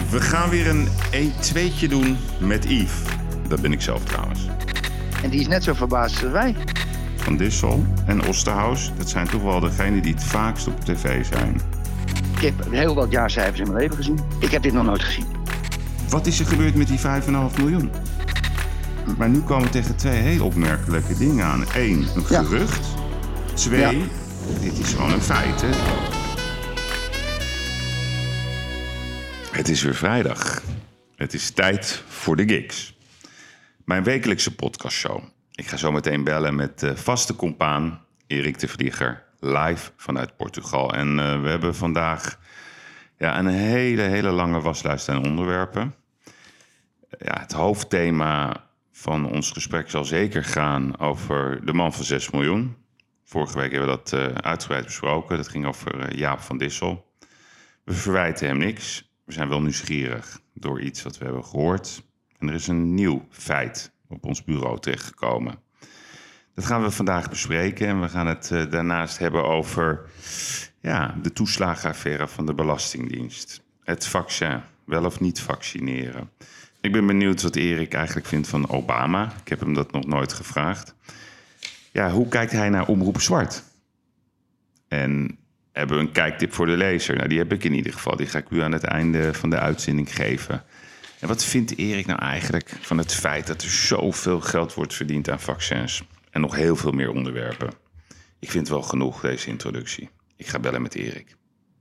We gaan weer een 1-2'tje doen met Yves. Dat ben ik zelf trouwens. En die is net zo verbaasd als wij. Van Dissel en Osterhaus, dat zijn toch wel degenen die het vaakst op tv zijn. Ik heb heel wat jaarcijfers in mijn leven gezien. Ik heb dit nog nooit gezien. Wat is er gebeurd met die 5,5 miljoen? Maar nu komen we tegen twee heel opmerkelijke dingen aan. 1, een gerucht. 2, dit is gewoon een feit, hè? Het is weer vrijdag. Het is tijd voor de gigs. Mijn wekelijkse podcastshow. Ik ga zo meteen bellen met vaste compaan Erik de Vlieger, live vanuit Portugal. En we hebben vandaag een hele lange waslijst aan onderwerpen. Ja, het hoofdthema van ons gesprek zal zeker gaan over de man van 6 miljoen. Vorige week hebben we dat uitgebreid besproken. Dat ging over Jaap van Dissel. We verwijten hem niks. We zijn wel nieuwsgierig door iets wat we hebben gehoord. En er is een nieuw feit op ons bureau terechtgekomen. Dat gaan we vandaag bespreken. En we gaan het daarnaast hebben over de toeslagenaffaire van de Belastingdienst. Het vaccin, wel of niet vaccineren. Ik ben benieuwd wat Erik eigenlijk vindt van Obama. Ik heb hem dat nog nooit gevraagd. Ja, hoe kijkt hij naar Omroep Zwart? En hebben we een kijktip voor de lezer? Nou, die heb ik in ieder geval. Die ga ik u aan het einde van de uitzending geven. En wat vindt Erik nou eigenlijk van het feit dat er zoveel geld wordt verdiend aan vaccins? En nog heel veel meer onderwerpen. Ik vind wel genoeg, deze introductie. Ik ga bellen met Erik.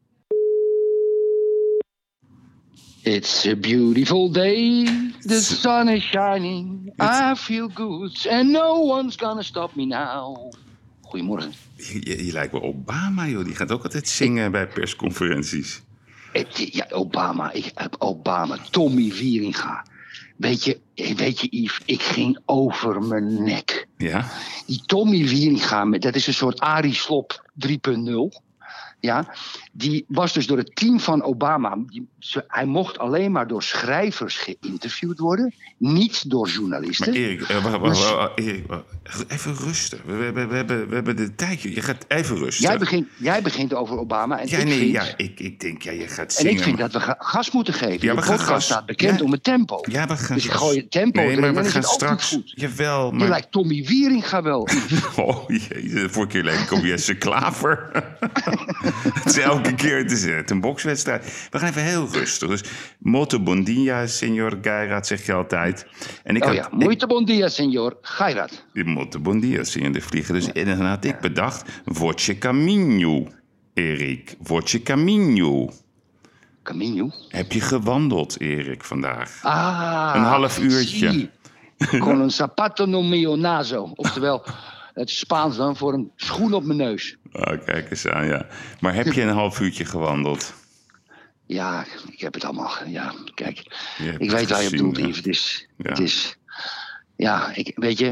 It's a beautiful day, the sun is shining, I feel good and no one's gonna stop me now. Goedemorgen. Je lijkt wel Obama, joh. Die gaat ook altijd zingen bij persconferenties. Ja, Obama, Tommy Wieringa. Weet je, Yves, ik ging over mijn nek. Ja? Die Tommy Wieringa, dat is een soort Arie Slob 3.0. Ja, die was dus door het team van Obama. Hij mocht alleen maar door schrijvers geïnterviewd worden, niet door journalisten. Maar Erik, Erik, even rusten. We hebben de tijdje. Je gaat even rusten. Jij begint over Obama. En ik denk, je gaat zingen. En ik vind dat we gas moeten geven. Ja, de podcast staat bekend om het tempo. Ja, we gaan dus ik gooi het tempo erin en we gaan is het straks. Goed. Jawel, maar. Je lijkt Tommy Wieringa wel. Oh jee, de vorige keer leek ik Jesse Klaver. Het is elke keer, het is een bokswedstrijd. We gaan even heel rustig. Dus Muito bom dia, senor Gairat, zeg je altijd. En Muito bom dia, senor Gairat. Muito bom dia, senor de Vlieger. Dus en dan had ik bedacht, Voce Caminho, Erik. Voce Caminho. Caminho? Heb je gewandeld, Erik, vandaag? Een half uurtje. Con un zapato no mio naso. Oftewel, het is Spaans dan voor een schoen op mijn neus. Oh, kijk eens aan, ja. Maar heb je een half uurtje gewandeld? Ja, ik heb het allemaal. Ja, kijk. Ik weet waar je op doelt, Yves. Het is. Weet je.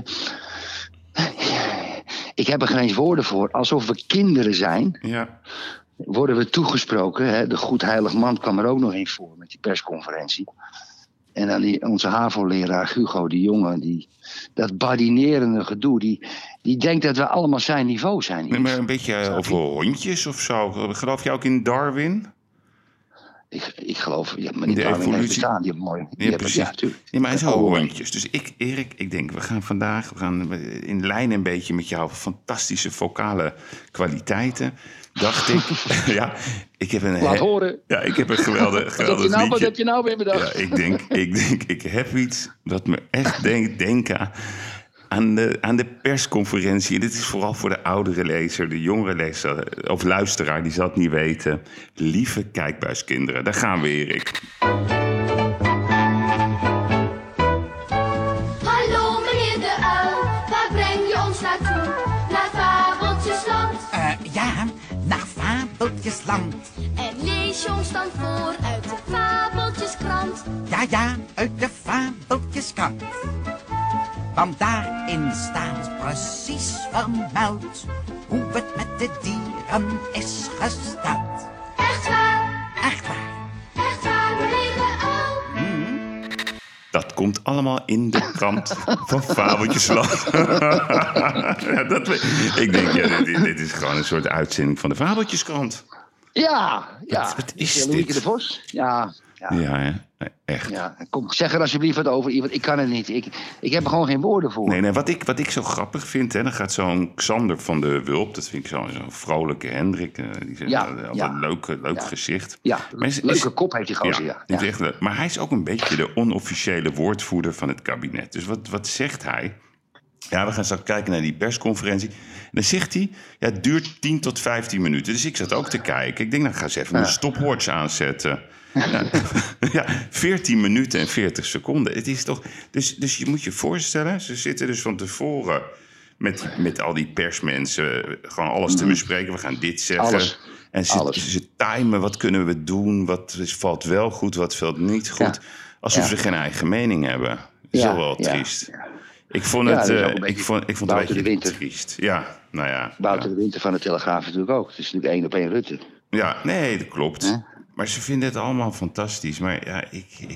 Ik heb er geen eens woorden voor. Alsof we kinderen zijn. Ja. Worden we toegesproken. Hè? De goed heilig man kwam er ook nog in voor met die persconferentie. En dan onze HAVO-leraar Hugo de Jonge, dat badinerende gedoe, die denkt dat we allemaal zijn niveau zijn. Nee, maar een beetje over hondjes of zo. Geloof je ook in Darwin? Ik geloof, maar die Darwin heeft bestaan. Die hebben mooi. Ja, maar zo hondjes. Dus ik denk, we gaan in lijn een beetje met jouw fantastische vocale kwaliteiten. Dacht ik, ik heb een. Laat horen. Ja, ik heb een geweldig liedje. Wat heb je nou weer bedacht? Ja, ik heb iets dat me echt denken aan de persconferentie. En dit is vooral voor de oudere lezer, de jongere lezer of luisteraar, die zal het niet weten. Lieve kijkbuiskinderen, daar gaan we, Erik. Hallo meneer de uil, waar breng je ons naartoe? Naar Fabeltjesland. Naar Fabeltjesland. En lees je ons dan voor uit de Fabeltjeskrant? Ja, uit de Fabeltjeskrant. Want daarin staat precies vermeld hoe het met de dieren is gesteld. Echt waar? Echt waar. Echt waar, meneer de uil? Dat komt allemaal in de krant van Fabeltjesland. Ik denk, dit is gewoon een soort uitzending van de Fabeltjeskrant. Ja. Wat is dit? Loeieke de Vos. Ja, Ja, hè? Nee, echt. Ja, kom, zeg er alsjeblieft wat over. Ik kan het niet. Ik heb er gewoon geen woorden voor. Nee, wat ik zo grappig vind, hè, dan gaat zo'n Xander van de Wulp, dat vind ik zo'n vrolijke Hendrik. Die zegt, leuk gezicht. Ja, Maar leuke kop heeft die gozer, ja. Die is echt leuk. Maar hij is ook een beetje de onofficiële woordvoerder van het kabinet. Dus wat zegt hij? Ja, we gaan straks kijken naar die persconferentie. En dan zegt hij, ja, het duurt 10 tot 15 minuten. Dus ik zat ook te kijken. Ik denk, nou, ga eens even een stopwatch aanzetten. Ja, 14 minuten en 40 seconden. Het is toch... Dus je moet je voorstellen, ze zitten dus van tevoren met al die persmensen gewoon alles te bespreken. We gaan dit zeggen. Alles. En ze timen, wat kunnen we doen? Wat valt wel goed, wat valt niet goed? Ja. Alsof ze geen eigen mening hebben. Dat is wel triest. Ja. Ik vond het een beetje Winter. triest. Ja, nou ja. Wouter de Winter van de Telegraaf natuurlijk ook. Het is natuurlijk 1-op-1 Rutte. Ja, nee, dat klopt. Maar ze vinden het allemaal fantastisch. Maar ja,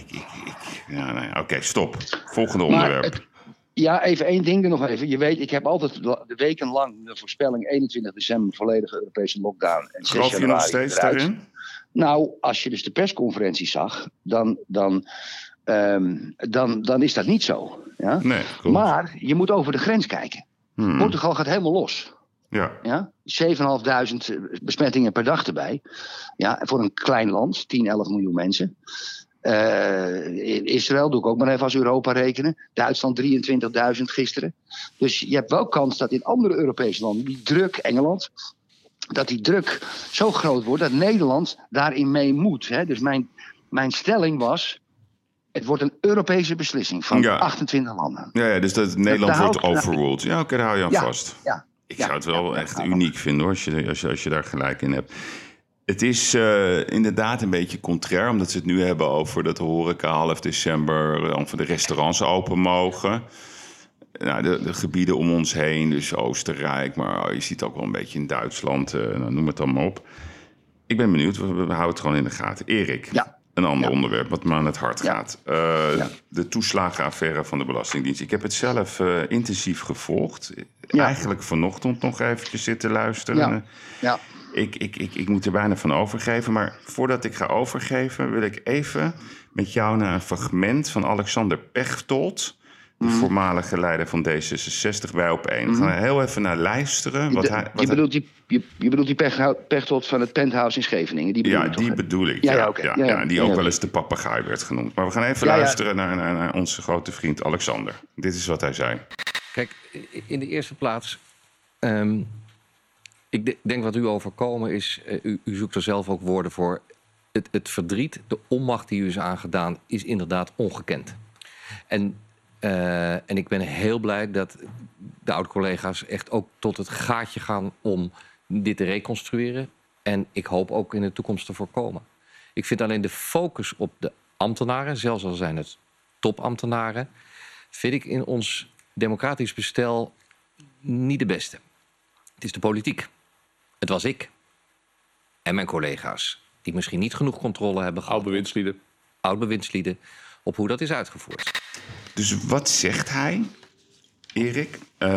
Oké, stop. Volgende onderwerp. Even één ding er nog even. Je weet, ik heb altijd de wekenlang de voorspelling 21 december volledige Europese lockdown. En 6 Geloof je nog steeds eruit. daarin? Nou, als je dus de persconferentie zag, dan is dat niet zo. Ja? Nee, klopt. Maar je moet over de grens kijken. Portugal gaat helemaal los. Ja. 7.500 besmettingen per dag erbij. Ja, voor een klein land, 10, 11 miljoen mensen. Israël doe ik ook maar even als Europa rekenen. Duitsland 23.000 gisteren. Dus je hebt wel kans dat in andere Europese landen, die druk, Engeland, dat die druk zo groot wordt dat Nederland daarin mee moet. Hè? Dus mijn stelling was, het wordt een Europese beslissing van 28 landen. Ja, dus dat Nederland wordt overruled. Ja, oké, daar hou je aan vast. Ja. Ik zou het wel echt uniek vinden, hoor, als je daar gelijk in hebt. Het is inderdaad een beetje contrair, omdat ze het nu hebben over dat de horeca half december, of de restaurants open mogen. Nou, de gebieden om ons heen, dus Oostenrijk, maar je ziet ook wel een beetje in Duitsland, noem het dan maar op. Ik ben benieuwd, we houden het gewoon in de gaten. Erik, een ander onderwerp wat me aan het hart gaat. De toeslagenaffaire van de Belastingdienst. Ik heb het zelf intensief gevolgd. Eigenlijk vanochtend nog eventjes zitten luisteren. Ja. Ik moet er bijna van overgeven. Maar voordat ik ga overgeven, wil ik even met jou naar een fragment van Alexander Pechtold, de voormalige leider van D66, bij Op1. We gaan er heel even naar luisteren. Je bedoelt die Pechtold van het penthouse in Scheveningen? Die bedoel ik. Die ook wel eens de papegaai werd genoemd. Maar we gaan even luisteren naar onze grote vriend Alexander. Dit is wat hij zei. Kijk, in de eerste plaats, ik denk wat u overkomen is, u zoekt er zelf ook woorden voor. Het verdriet, de onmacht die u is aangedaan, is inderdaad ongekend. En ik ben heel blij dat de oud-collega's echt ook tot het gaatje gaan om dit te reconstrueren. En ik hoop ook in de toekomst te voorkomen. Ik vind alleen de focus op de ambtenaren, zelfs al zijn het topambtenaren, vind ik in ons democratisch bestel niet de beste. Het is de politiek. Het was ik en mijn collega's die misschien niet genoeg controle hebben gehad. Oud-bewindslieden op hoe dat is uitgevoerd. Dus wat zegt hij, Erik?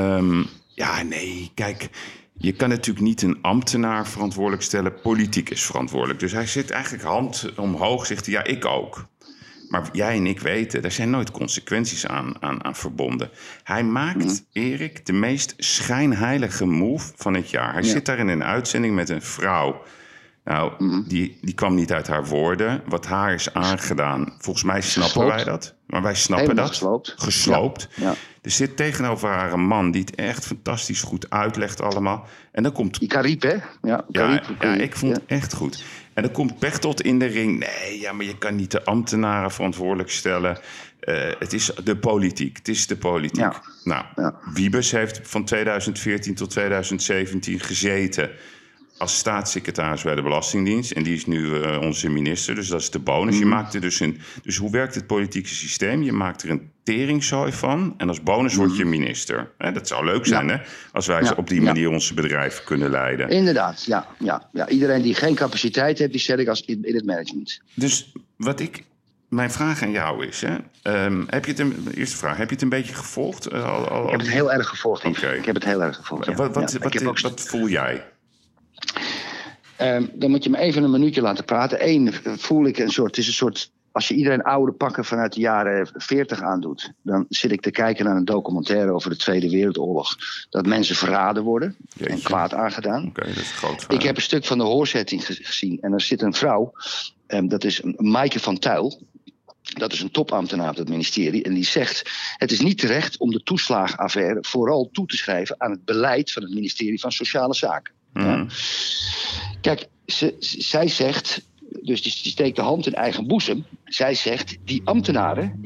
Kijk, je kan natuurlijk niet een ambtenaar verantwoordelijk stellen. Politiek is verantwoordelijk. Dus hij zit eigenlijk hand omhoog, zegt hij, ja, ik ook. Maar jij en ik weten, daar zijn nooit consequenties aan verbonden. Hij maakt, Erik, de meest schijnheilige move van het jaar. Hij zit daar in een uitzending met een vrouw. Nou, die kwam niet uit haar woorden. Wat haar is aangedaan, volgens mij snappen wij dat. Maar wij snappen helemaal dat. Gesloopt. Ja. Er zit tegenover haar een man die het echt fantastisch goed uitlegt allemaal. En dan komt... Die Karib, hè? Ja, ik vond het echt goed. En dan komt Pechtold in de ring. Nee, maar je kan niet de ambtenaren verantwoordelijk stellen. Het is de politiek. Ja. Wiebes heeft van 2014 tot 2017 gezeten als staatssecretaris bij de Belastingdienst. En die is nu onze minister, dus dat is de bonus. Je maakt er dus hoe werkt het politieke systeem? Je maakt er een teringzooi van en als bonus word je minister. Dat zou leuk zijn, hè? Als wij op die manier onze bedrijven kunnen leiden. Inderdaad, ja. Iedereen die geen capaciteit heeft, die zet ik als in het management. Dus mijn vraag aan jou is, hè, eerste vraag, heb je het een beetje gevolgd? Ik heb het heel erg gevolgd. Okay. Ik heb het heel erg gevolgd. Wat voel jij? Dan moet je me even een minuutje laten praten. Eén, voel ik het is een soort... Als je iedereen oude pakken vanuit de jaren 40 aandoet... dan zit ik te kijken naar een documentaire over de Tweede Wereldoorlog. Dat mensen verraden worden en kwaad aangedaan. Oké, dat is een groot verhaal. Ik heb een stuk van de hoorzetting gezien. En er zit een vrouw, dat is Maaike van Tuyl. Dat is een topambtenaar op het ministerie. En die zegt, het is niet terecht om de toeslagenaffaire... vooral toe te schrijven aan het beleid van het ministerie van Sociale Zaken. Ja? Kijk, zij zegt... Dus die steekt de hand in eigen boezem. Zij zegt, die ambtenaren,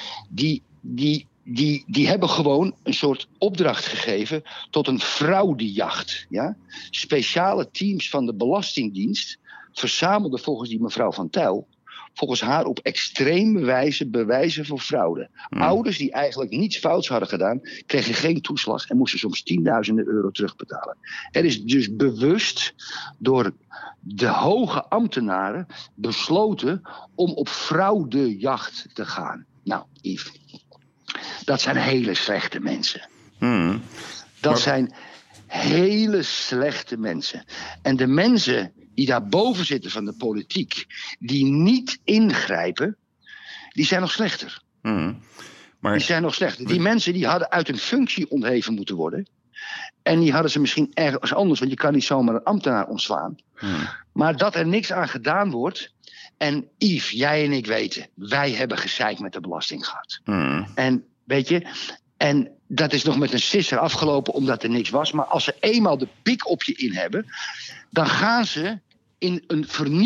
die hebben gewoon een soort opdracht gegeven tot een fraudejacht. Ja? Speciale teams van de Belastingdienst verzamelden volgens die mevrouw Van Tuyl... volgens haar op extreme wijze bewijzen voor fraude. Ouders die eigenlijk niets fouts hadden gedaan... kregen geen toeslag en moesten soms tienduizenden euro terugbetalen. Er is dus bewust door de hoge ambtenaren besloten... om op fraudejacht te gaan. Nou, Yves, dat zijn hele slechte mensen. Dat zijn hele slechte mensen. En de mensen... die daarboven zitten van de politiek... die niet ingrijpen... die zijn nog slechter. Maar... Die zijn nog slechter. Die mensen die hadden uit een functie ontheven moeten worden... en die hadden ze misschien ergens anders... want je kan niet zomaar een ambtenaar ontslaan. Maar dat er niks aan gedaan wordt... en Yves, jij en ik weten... wij hebben gezeik met de belasting gehad. En weet je... En dat is nog met een sisser afgelopen omdat er niks was. Maar als ze eenmaal de pik op je in hebben... dan gaan ze in een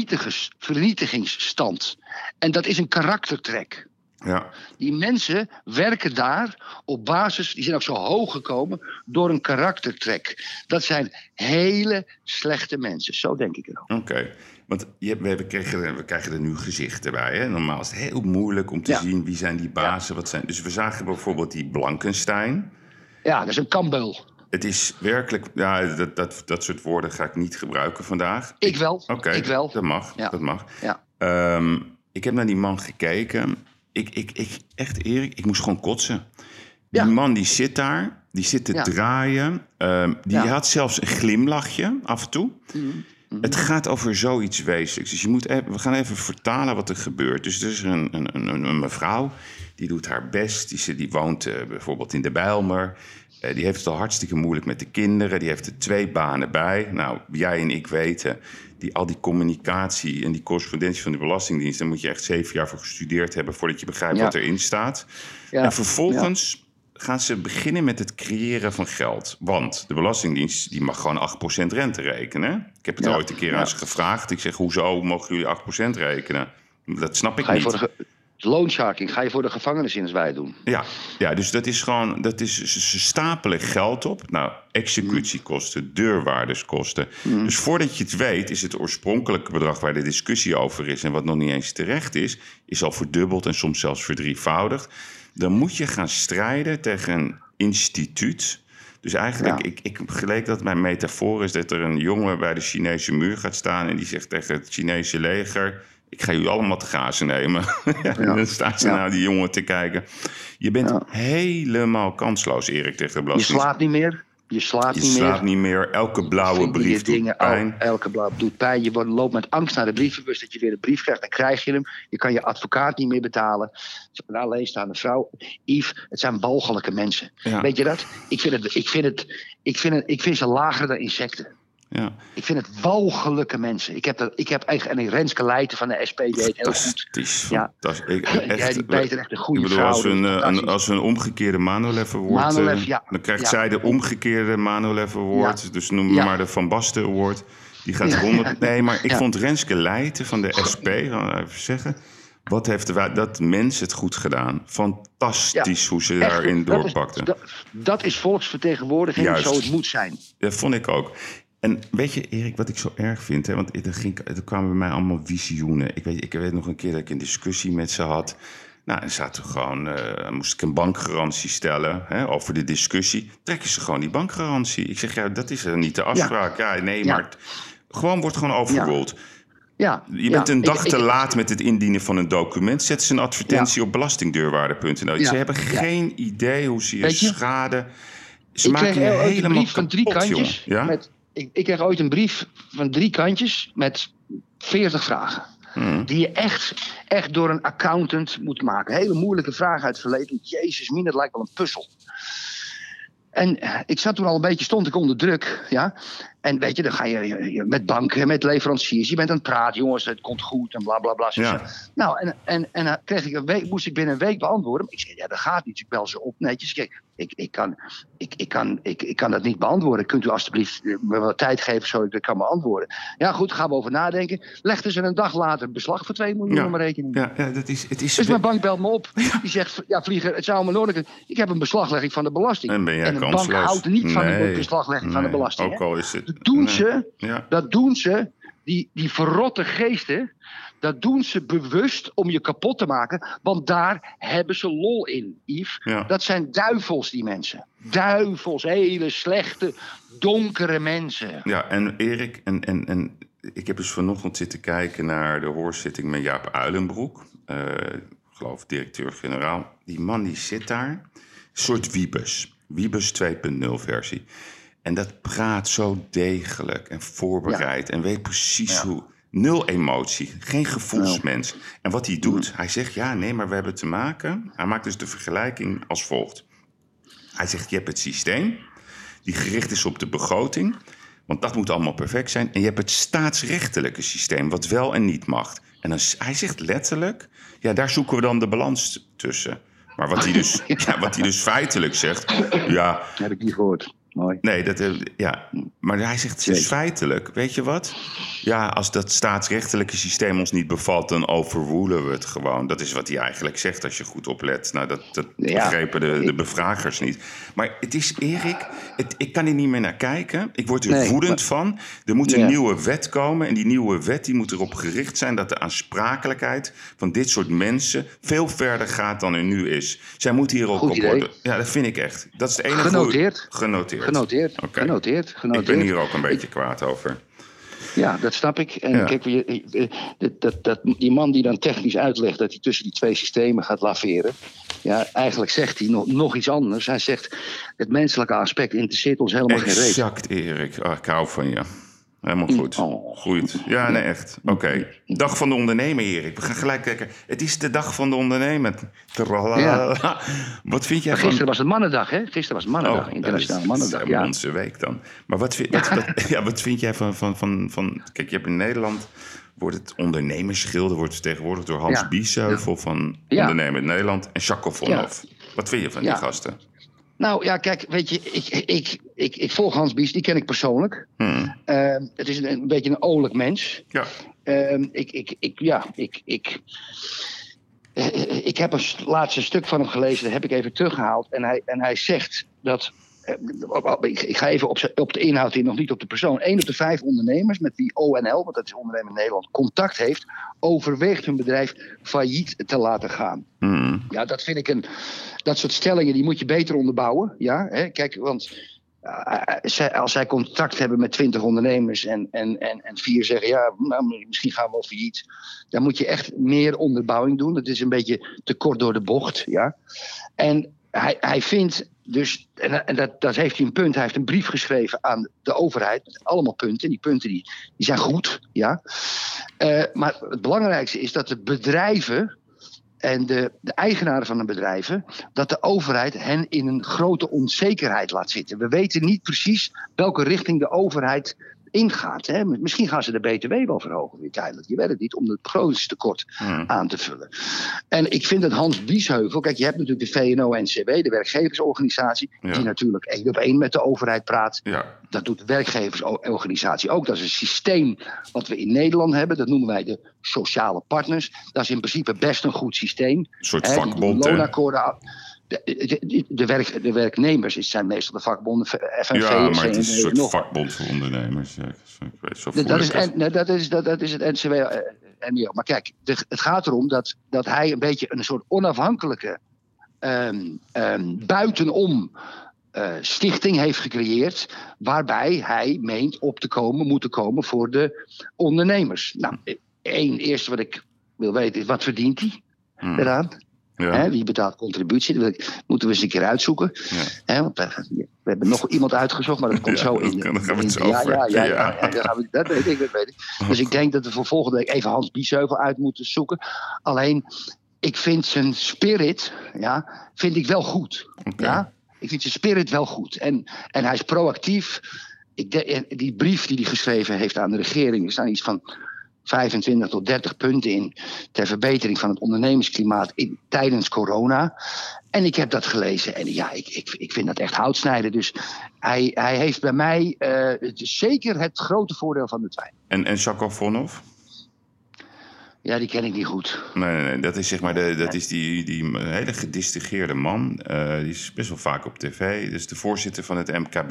vernietigingsstand. En dat is een karaktertrek. Ja. Die mensen werken daar op basis... die zijn ook zo hoog gekomen door een karaktertrek. Dat zijn hele slechte mensen. Zo denk ik erover. Oké. Want we krijgen er nu gezichten bij. Hè? Normaal is het heel moeilijk om te zien wie zijn die bazen. Wat zijn. Dus we zagen bijvoorbeeld die Blankenstein. Ja, dat is een kambeul. Het is werkelijk... Ja, dat soort woorden ga ik niet gebruiken vandaag. Ik wel. Oké, ik wel. Dat mag. Ja. Dat mag. Ja. Ik heb naar die man gekeken. Echt Erik, ik moest gewoon kotsen. Die man die zit daar. Die zit te draaien. Die had zelfs een glimlachje af en toe. Het gaat over zoiets wezenlijks. Dus we gaan even vertalen wat er gebeurt. Dus er is een mevrouw, die doet haar best. Die woont bijvoorbeeld in de Bijlmer. Die heeft het al hartstikke moeilijk met de kinderen. Die heeft er 2 banen bij. Nou, jij en ik weten... al die communicatie en die correspondentie van de Belastingdienst... daar moet je echt 7 jaar voor gestudeerd hebben... voordat je begrijpt wat erin staat. Ja. En vervolgens... gaan ze beginnen met het creëren van geld. Want de Belastingdienst die mag gewoon 8% rente rekenen. Ik heb het ooit een keer aan ze gevraagd. Ik zeg, hoezo mogen jullie 8% rekenen? Dat snap ik niet. Loansharking, ga je voor de gevangenis in als wij doen. Ja, dus dat is gewoon... ze stapelen geld op. Nou, executiekosten, deurwaarderskosten. Dus voordat je het weet... is het oorspronkelijke bedrag waar de discussie over is... en wat nog niet eens terecht is al verdubbeld en soms zelfs verdrievoudigd. Dan moet je gaan strijden tegen een instituut. Dus eigenlijk, ik geleek dat mijn metafoor is... dat er een jongen bij de Chinese muur gaat staan... en die zegt tegen het Chinese leger... ik ga jullie allemaal te grazen nemen. Dan staat ze naar die jongen te kijken. Je bent helemaal kansloos, Erik, tegen de belasting. Je slaapt niet meer. Je slaapt niet meer. Elke blauwe brief doet pijn. Elke blauwe doet pijn. Je loopt met angst naar de brievenbus dat je weer een brief krijgt. Dan krijg je hem. Je kan je advocaat niet meer betalen. Een alleenstaande vrouw. Yves, het zijn walgelijke mensen. Ja. Weet je dat? Ik vind ze lager dan insecten. Ja. Ik vind het walgelijke mensen. Ik heb eigenlijk een Renske Leijten van de SP die heet heel goed. Die beter echt een goede vrouw. Als een omgekeerde Manolev Award... dan krijgt zij de omgekeerde Manolev Award. Ja. Dus noem maar de Van Basten Award. Die gaat 100... Nee, maar ik vond Renske Leijten van de SP... even zeggen... Wat heeft dat mens het goed gedaan? Fantastisch hoe ze daarin doorpakten. Dat is volksvertegenwoordiging. Juist. Zo het moet zijn. Dat vond ik ook. En weet je, Erik, wat ik zo erg vind... Hè, want er kwamen bij mij allemaal visioenen. Ik weet nog een keer dat ik een discussie met ze had. Nou, en zaten we gewoon... moest ik een bankgarantie stellen over de discussie. Trekken ze gewoon die bankgarantie. Ik zeg, dat is niet de afspraak. Maar het wordt gewoon overrold. Ja, je bent een dag te laat met het indienen van een document. Zet ze een advertentie op belastingdeurwaarde.nl. Ze hebben geen idee hoe ze je schade... Ze maken je helemaal van 3 kantjes Ik kreeg ooit een brief van 3 kantjes met 40 vragen. Die je echt door een accountant moet maken. Hele moeilijke vragen uit het verleden. Jezus, min, het lijkt wel een puzzel. En ik zat toen al een beetje, stond ik onder druk. Ja? En weet je, dan ga je met banken, met leveranciers. Je bent aan het praten, jongens, het komt goed en bla bla bla. Ja. Nou, en dan kreeg ik moest ik binnen een week beantwoorden. Ik zei, ja, dat gaat niet. Ik bel ze op netjes. Kijk, ik kan dat niet beantwoorden. Kunt u alstublieft me wat tijd geven zodat ik dat kan beantwoorden? Ja, goed, gaan we over nadenken. Legden ze een dag later beslag voor 2 miljoen op mijn rekening. Ja, het is... Dus mijn bank belt me op. Die zegt, ja, Vlieger, het zou me nodig. Ik heb een beslaglegging van de belasting. En ben jij een kansloos. bank houdt niet van die beslaglegging van de belasting. Ook al is het... Dat doen ze, die verrotte geesten, dat doen ze bewust om je kapot te maken. Want daar hebben ze lol in, Yves. Ja. Dat zijn duivels, die mensen. Duivels, hele slechte, donkere mensen. Ja, en Erik, en ik heb dus vanochtend zitten kijken naar de hoorzitting met Jaap Uilenbroek. Ik geloof directeur-generaal. Die man die zit daar. Een soort Wiebes. Wiebes 2.0 versie. En dat praat zo degelijk en voorbereid. Ja. En weet precies hoe... 0 emotie, geen gevoelsmens. No. En wat hij doet, hij zegt, ja, nee, maar we hebben te maken... Hij maakt dus de vergelijking als volgt. Hij zegt, je hebt het systeem... die gericht is op de begroting... want dat moet allemaal perfect zijn... en je hebt het staatsrechtelijke systeem... wat wel en niet mag. En dan, hij zegt letterlijk... ja, daar zoeken we dan de balans tussen. Maar wat hij dus, wat hij dus feitelijk zegt... ja, heb ik niet gehoord. Mooi. Nee, maar hij zegt dus feitelijk, weet je wat? Ja, als dat staatsrechtelijke systeem ons niet bevalt, dan overwoelen we het gewoon. Dat is wat hij eigenlijk zegt als je goed oplet. Nou, dat begrepen de bevragers niet. Maar het is, Erik, ik kan er niet meer naar kijken. Ik word er woedend van. Er moet een nieuwe wet komen. En die nieuwe wet die moet erop gericht zijn dat de aansprakelijkheid van dit soort mensen veel verder gaat dan er nu is. Zij moeten hier ook op worden. Ja, dat vind ik echt. Dat is het enige. Genoteerd. Okay. Genoteerd. Ik ben hier ook een beetje kwaad over. Ja, dat snap ik. En kijk, die man die dan technisch uitlegt dat hij tussen die 2 systemen gaat laveren. Ja, eigenlijk zegt hij nog iets anders. Hij zegt, het menselijke aspect interesseert ons helemaal geen reet. Exact, Erik. Ik hou van je. Helemaal goed. Goed. Ja, nee, echt. Oké. Dag van de ondernemer, Erik. We gaan gelijk kijken. Het is de dag van de ondernemer. Ja. Wat vind jij van... Gisteren was het Mannendag, hè? Gisteren was het Mannendag. Internationale Mannendag. Dat is onze week dan. Maar wat vind jij van... Kijk, je hebt in Nederland... wordt het ondernemersgilde wordt vertegenwoordigd door Hans Biesheuvel... van Ondernemer in Nederland en Jacques Vonhoff. Wat vind je van die gasten? Nou ja, kijk, weet je, ik volg Hans Bies, die ken ik persoonlijk. Het is een beetje een oorlijk mens. Ja. Ik heb een laatste stuk van hem gelezen, dat heb ik even teruggehaald. En hij zegt dat... Ik ga even op de inhoud in, nog niet op de persoon. 1 op de 5 ondernemers met wie ONL, want dat is Ondernemer Nederland, contact heeft, overweegt hun bedrijf failliet te laten gaan. Ja, dat vind ik dat soort stellingen, die moet je beter onderbouwen. Ja, hè? Kijk, want als zij contact hebben met 20 ondernemers en 4 zeggen, ja, nou, misschien gaan we wel failliet, dan moet je echt meer onderbouwing doen. Dat is een beetje te kort door de bocht. Ja? En hij vindt dus, en dat heeft hij een punt, hij heeft een brief geschreven aan de overheid met allemaal punten. Die punten die zijn goed, ja. Maar het belangrijkste is dat de bedrijven en de eigenaren van de bedrijven, dat de overheid hen in een grote onzekerheid laat zitten. We weten niet precies welke richting de overheid ingaat. Hè. Misschien gaan ze de BTW wel verhogen weer tijdelijk. Je weet het niet, om het begrotingstekort aan te vullen. En ik vind dat Hans Biesheuvel... Kijk, je hebt natuurlijk de VNO-NCW, de werkgeversorganisatie... die natuurlijk 1 op 1 met de overheid praat. Ja. Dat doet de werkgeversorganisatie ook. Dat is een systeem wat we in Nederland hebben. Dat noemen wij de sociale partners. Dat is in principe best een goed systeem. Een soort vakbond, loonakkoorden. De werknemers zijn meestal de vakbonden, FNV. Ja, maar het is een soort vakbond voor ondernemers. Ja, dat is het NCW-NBO. Maar kijk, het gaat erom dat hij een beetje een soort onafhankelijke buitenom stichting heeft gecreëerd, waarbij hij meent moeten komen voor de ondernemers. Nou, eerste wat ik wil weten is, wat verdient hij eraan? Ja. Hè, wie betaalt contributie? Dat moeten we eens een keer uitzoeken. Ja. Hè, want we hebben nog iemand uitgezocht, maar dat komt zo in. Daar gaan we het zo Ja, over. dat weet ik. Dus ik denk dat we voor volgende week even Hans Biesheuvel uit moeten zoeken. Alleen, ik vind zijn spirit, vind ik wel goed. Okay. Ja? Ik vind zijn spirit wel goed. En hij is proactief. Die brief die hij geschreven heeft aan de regering, er staan iets van 25 tot 30 punten in ter verbetering van het ondernemersklimaat tijdens corona. En ik heb dat gelezen en ik vind dat echt houtsnijden. Dus hij heeft bij mij zeker het grote voordeel van de twijfel. En Jacques Vonhoff? Ja, die ken ik niet goed. Nee. Dat is zeg maar dat is die hele gedistingeerde man. Die is best wel vaak op tv. Dat is de voorzitter van het MKB.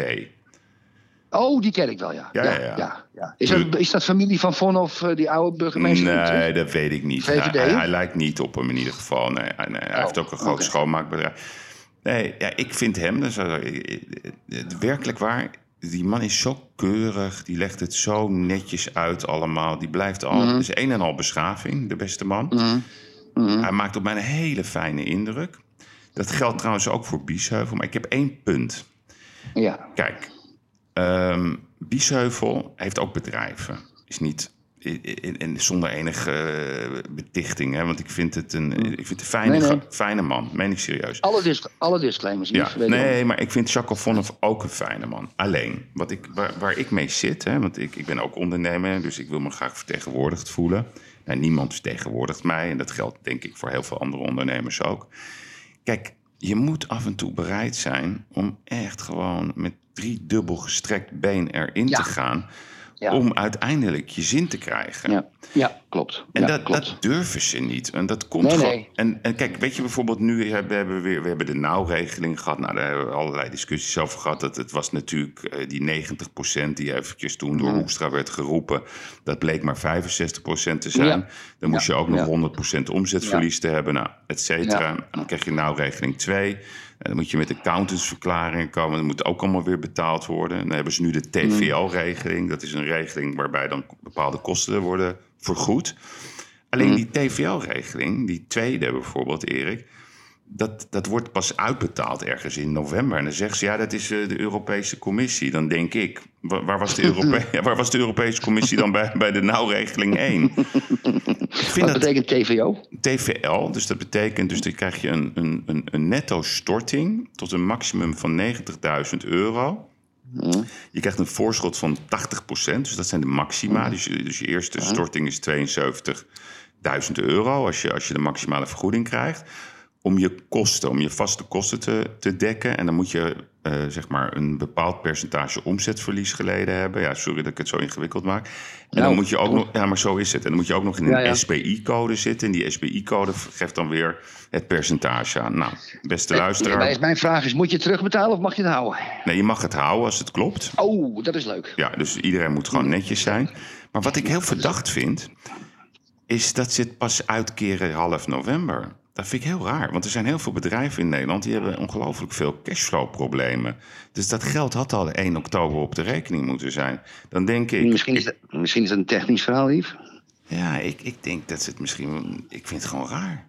Oh, die ken ik wel, ja. Ja. Is dat familie van Vonhoff, die oude burgemeester? Nee, dat weet ik niet. Hij lijkt niet op hem in ieder geval. Nee, hij heeft ook een groot schoonmaakbedrijf. Nee, ik vind hem, werkelijk waar, die man is zo keurig. Die legt het zo netjes uit allemaal. Die blijft het is een en al beschaving, de beste man. Hij maakt op mij een hele fijne indruk. Dat geldt trouwens ook voor Biesheuvel. Maar ik heb 1 punt. Ja. Kijk, Biesheuvel heeft ook bedrijven. Is niet zonder enige betichting, hè? Want ik vind het een fijne man. Meen ik serieus. Alle disclaimers. Maar ik vind Jacques Vonhoff ook een fijne man. Alleen, waar ik mee zit, hè, want ik ben ook ondernemer, dus ik wil me graag vertegenwoordigd voelen. Nou, niemand vertegenwoordigt mij en dat geldt denk ik voor heel veel andere ondernemers ook. Kijk, je moet af en toe bereid zijn om echt gewoon met 3-dubbel gestrekt been erin te gaan. Ja. Om uiteindelijk je zin te krijgen. Ja, klopt. En dat durven ze niet. En dat komt gewoon. Nee. En kijk, weet je bijvoorbeeld, nu we hebben de nauwregeling gehad. Nou, daar hebben we allerlei discussies over gehad. Dat het was natuurlijk die 90% die eventjes toen door Hoekstra werd geroepen. Dat bleek maar 65% te zijn. Ja. Dan moest je ook nog 100% omzetverlies te hebben. Nou, et cetera. En dan krijg je nauwregeling 2. En dan moet je met accountantsverklaringen komen. Dat moet ook allemaal weer betaald worden. En dan hebben ze nu de TVL-regeling. Dat is een regeling waarbij dan bepaalde kosten worden vergoed. Alleen die TVL-regeling, die tweede bijvoorbeeld, Erik, dat wordt pas uitbetaald ergens in november. En dan zeggen ze, dat is de Europese Commissie. Dan denk ik, waar was de Europese Commissie dan bij de nauwregeling 1? Wat betekent TVO? TVL, dus dat betekent, dus dan krijg je een netto storting tot een maximum van €90.000. Je krijgt een voorschot van 80%, dus dat zijn de maxima. Dus je eerste storting is €72.000 als je de maximale vergoeding krijgt. Om je vaste kosten te dekken. En dan moet je zeg maar een bepaald percentage omzetverlies geleden hebben. Ja, sorry dat ik het zo ingewikkeld maak. En dan moet je ook nog, maar zo is het. En dan moet je ook nog in een SBI-code zitten. En die SBI-code geeft dan weer het percentage aan. Nou, beste luisteraar. Mijn vraag is, moet je het terugbetalen of mag je het houden? Nee, je mag het houden als het klopt. Oh, dat is leuk. Ja, dus iedereen moet gewoon netjes zijn. Maar wat ik heel verdacht vind, is dat ze het pas uitkeren half november. Dat vind ik heel raar, want er zijn heel veel bedrijven in Nederland die hebben ongelooflijk veel cashflow-problemen. Dus dat geld had al 1 oktober op de rekening moeten zijn. Dan denk ik. Misschien is dat een technisch verhaal, Yves? Ja, ik denk dat ze het misschien. Ik vind het gewoon raar.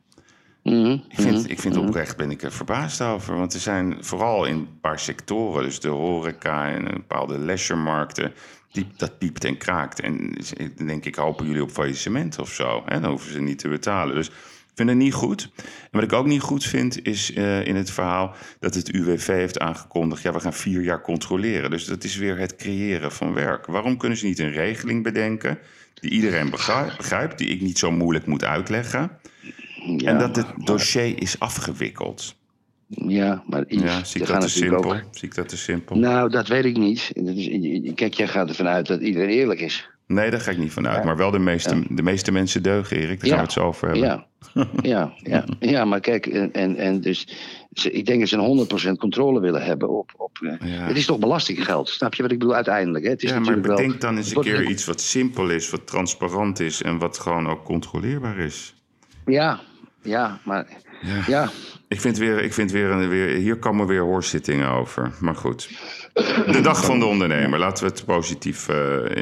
Ik vind oprecht, ben ik er verbaasd over. Want er zijn vooral in een paar sectoren, dus de horeca en bepaalde leisuremarkten, dat piept en kraakt. En dan denk ik, hopen jullie op faillissement of zo? Hè? Dan hoeven ze niet te betalen. Dus ik vind het niet goed. En wat ik ook niet goed vind is in het verhaal dat het UWV heeft aangekondigd, we gaan 4 jaar controleren. Dus dat is weer het creëren van werk. Waarom kunnen ze niet een regeling bedenken die iedereen begrijpt, die ik niet zo moeilijk moet uitleggen? Ja, en dat het dossier is afgewikkeld. Ja, maar zie ik dat te simpel? Zie ik dat te simpel? Nou, dat weet ik niet. Kijk, jij gaat ervan uit dat iedereen eerlijk is. Nee, daar ga ik niet van uit. Maar wel de meeste mensen deugen, Erik. Daar gaan we het zo over hebben. Ja, maar kijk, en dus ik denk dat ze een 100% controle willen hebben op het is toch belastinggeld, snap je wat ik bedoel uiteindelijk? Hè? Het is maar bedenk dan eens een keer iets wat simpel is, wat transparant is en wat gewoon ook controleerbaar is. Ja, maar ja. Ik vind weer hier komen weer hoorzittingen over. Maar goed. De dag van de ondernemer. Laten we het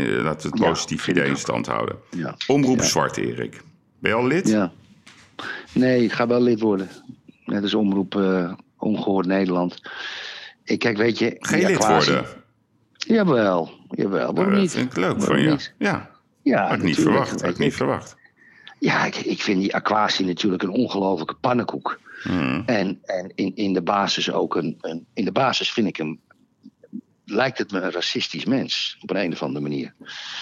positief idee in stand houden. Ja. Omroep Zwart, Erik. Ben je al lid? Ja. Nee, ik ga wel lid worden. Net als Omroep Ongehoord Nederland. Kijk, weet je... Ga je lid worden? Jawel. Waarom niet? Dat vind ik leuk Waarom van je. niet? Ja, had ik niet verwacht. Ja, ik vind die Aquasi natuurlijk een ongelofelijke pannenkoek. En in de basis ook in de basis vind ik hem... lijkt het me een racistisch mens. Op een of andere manier.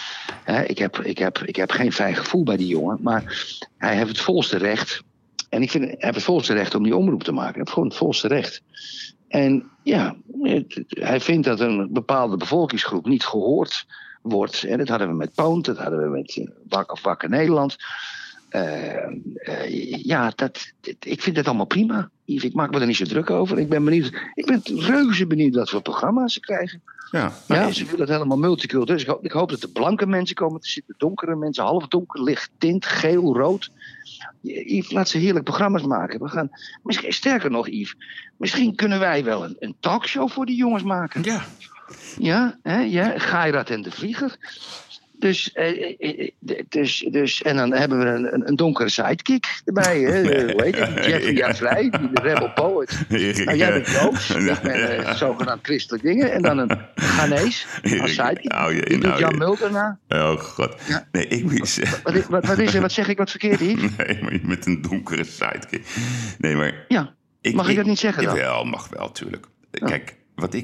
Ik heb geen fijn gevoel bij die jongen. Maar hij heeft het volste recht. En ik vind hij heeft het volste recht om die omroep te maken. Hij heeft gewoon het volste recht. En ja, hij vindt dat een bepaalde bevolkingsgroep niet gehoord wordt. En dat hadden we met Poont, dat hadden we met Wakker Nederland. Ik vind het allemaal prima. Yves, ik maak me er niet zo druk over. Ik ben reuze benieuwd wat voor programma's ze krijgen. Ja, ze willen het helemaal multicultureel. Dus ik hoop dat er blanke mensen komen te zitten, donkere mensen, halfdonker, licht tint, geel, rood. Yves, laat ze heerlijk programma's maken. We gaan, misschien, sterker nog, Yves, misschien kunnen wij wel een talkshow voor die jongens maken. Ja, Gairat en de Vlieger. Dus en dan hebben we een donkere sidekick erbij. Hoe heet het? Jeffrey Vrij, de Rebel Poet. Nou, jij bent Joost. Ik ben zogenaamd christelijk dingen. En dan een Ghanese als sidekick. Die doet Jan Mulder na. Oh god. Ja. Nee, ik moet... Wat is er? Wat zeg ik wat verkeerd hier? Nee, maar met een donkere sidekick. Nee, maar... Ja, mag ik dat niet zeggen dan? Jawel, mag wel, tuurlijk. Kijk...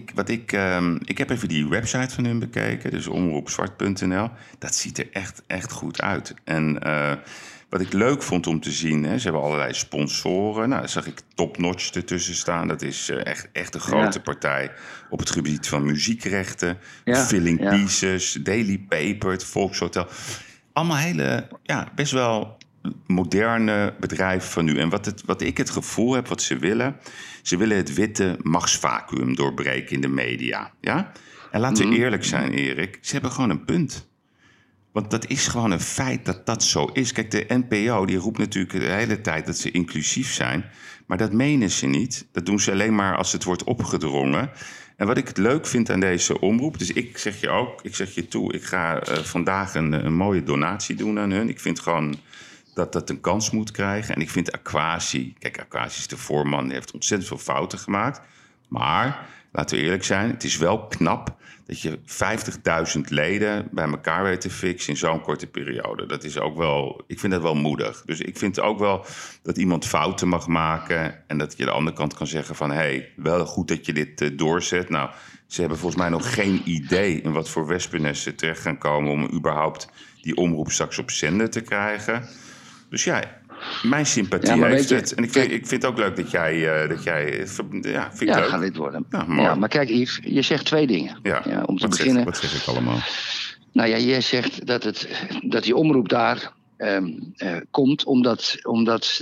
Ik heb even die website van hun bekeken, dus omroepzwart.nl. Dat ziet er echt goed uit. En wat ik leuk vond om te zien, ze hebben allerlei sponsoren. Nou, daar zag ik Top Notch ertussen staan. Dat is echt een grote partij op het gebied van muziekrechten. Filling Pieces, Daily Paper, het Volkshotel. Allemaal hele, best wel moderne bedrijven van nu. En wat ik het gevoel heb, wat ze willen het witte machtsvacuüm doorbreken in de media. Ja? En laten we eerlijk zijn, Erik. Ze hebben gewoon een punt. Want dat is gewoon een feit dat dat zo is. Kijk, de NPO die roept natuurlijk de hele tijd dat ze inclusief zijn. Maar dat menen ze niet. Dat doen ze alleen maar als het wordt opgedrongen. En wat ik het leuk vind aan deze omroep... Dus ik zeg je toe, ik ga vandaag een mooie donatie doen aan hun. Ik vind gewoon... dat een kans moet krijgen. En ik vind Aquasi... Kijk, Aquasi is de voorman, die heeft ontzettend veel fouten gemaakt. Maar, laten we eerlijk zijn, het is wel knap... dat je 50.000 leden bij elkaar weet te fixen in zo'n korte periode. Dat is ook wel... Ik vind dat wel moedig. Dus ik vind ook wel dat iemand fouten mag maken... en dat je de andere kant kan zeggen van... wel goed dat je dit doorzet. Nou, ze hebben volgens mij nog geen idee... in wat voor wespennest ze terecht gaan komen... om überhaupt die omroep straks op zender te krijgen... Dus ja, mijn sympathie heeft het. En ik vind het ook leuk dat jij ga lid worden. Ja, maar kijk Yves, je zegt twee dingen. Om te beginnen. Wat zeg ik allemaal? Nou ja, jij zegt dat die omroep daar komt omdat ze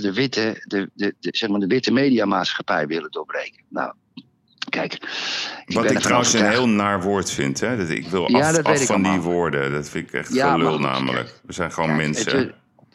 de witte mediamaatschappij willen doorbreken. Nou, kijk. Wat ik trouwens een heel naar woord vind. Hè? Ik wil af van die woorden. Dat vind ik echt gelul namelijk. We zijn gewoon mensen.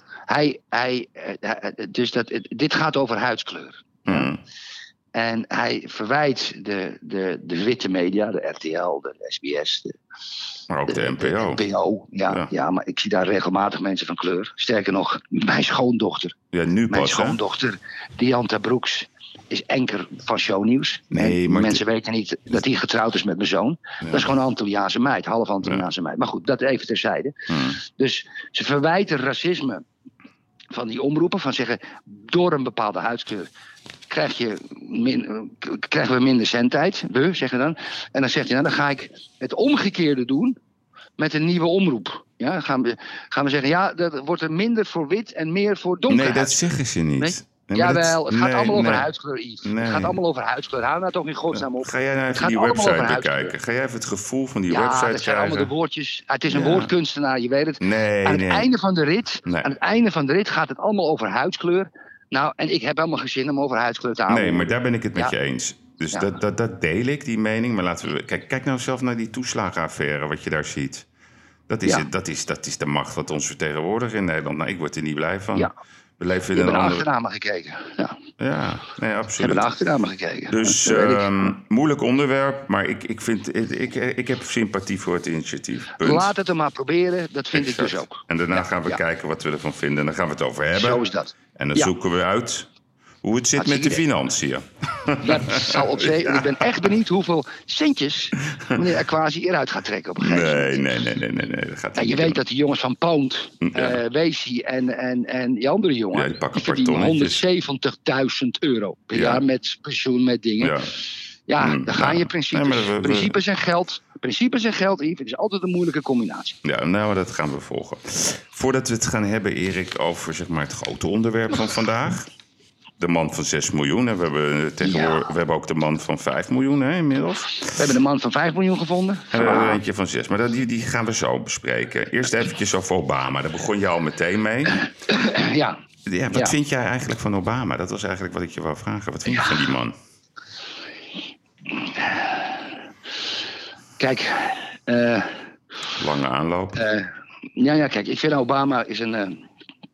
Dit gaat over huidskleur. En hij verwijt de witte media, de RTL, de SBS... maar ook de NPO. De NPO, ja, maar ik zie daar regelmatig mensen van kleur. Sterker nog, mijn schoondochter. Ja, nu pas, mijn schoondochter, Dianta Broeks, is anker van shownieuws. Nee, maar mensen weten niet dat hij getrouwd is met mijn zoon. Ja. Dat is gewoon een Antilliaanse meid, half Antilliaanse meid. Maar goed, dat even terzijde. Dus ze verwijten racisme van die omroepen, van zeggen, door een bepaalde huidskleur krijgen we minder zendtijd. We, zeggen dan. En dan zegt hij, nou, dan ga ik het omgekeerde doen met een nieuwe omroep. Ja, gaan we zeggen, ja, dat wordt er minder voor wit en meer voor donker. Nee, dat zeggen ze niet. Nee? Jawel, het gaat allemaal over huidskleur, Yves. Het gaat allemaal over huidskleur. Hou nou toch in godsnaam op. Ga jij nou even die website bekijken? Ga jij even het gevoel van die website krijgen? Ja, dat zijn allemaal de woordjes. Het is een woordkunstenaar, je weet het. Aan het einde van de rit gaat het allemaal over huidskleur. Nou, en ik heb helemaal geen zin om over huidskleur te houden. Nee, maar daar ben ik het met je eens. Dus dat deel ik, die mening. Maar laten we... Kijk nou zelf naar die toeslagenaffaire, wat je daar ziet. Dat is de macht wat ons vertegenwoordigt in Nederland. Nou, ik word er niet blij van. Ja. We leven in een andere... achternamen gekeken. Ja. Ja, nee, Hebben absoluut. de achternamen gekeken. Dus Dat weet ik. moeilijk onderwerp, maar ik heb sympathie voor het initiatief. Punt. Laat het er maar proberen, dat vind ik dus Exact. ook. En daarna Ja, gaan we ja. kijken wat we ervan vinden. En dan gaan we het over hebben. Zo is dat. En dan Ja. zoeken we uit hoe het zit met de Hartstikke idee. financiën. Dat zal op zee. En ik ben echt benieuwd hoeveel centjes meneer Aquasi eruit gaat trekken op een gegeven moment. Nee. Dat gaat Ja, niet je weet doen. dat die jongens van Poont, Ja. Weesie en die andere jongen, Ja, die pakken die verdienen tonnetjes. €170.000 per Ja. jaar met pensioen, met dingen. Ja. Ja, daar gaan je principes. Nee, maar Principes en geld. Principes en geld, Yves, het is altijd een moeilijke combinatie. Ja, nou, dat gaan we volgen. Voordat we het gaan hebben, Erik, over zeg maar, het grote onderwerp van vandaag. De man van 6 miljoen. En we hebben ook de man van 5 miljoen hè, inmiddels. We hebben een man van 5 miljoen gevonden. En we hebben er eentje van 6. Maar die gaan we zo bespreken. Eerst eventjes over Obama. Daar begon je al meteen mee. Ja, Ja, wat Ja. vind jij eigenlijk van Obama? Dat was eigenlijk wat ik je wou vragen. Wat vind je van die man? kijk. Lange aanloop. Kijk, ik vind Obama is een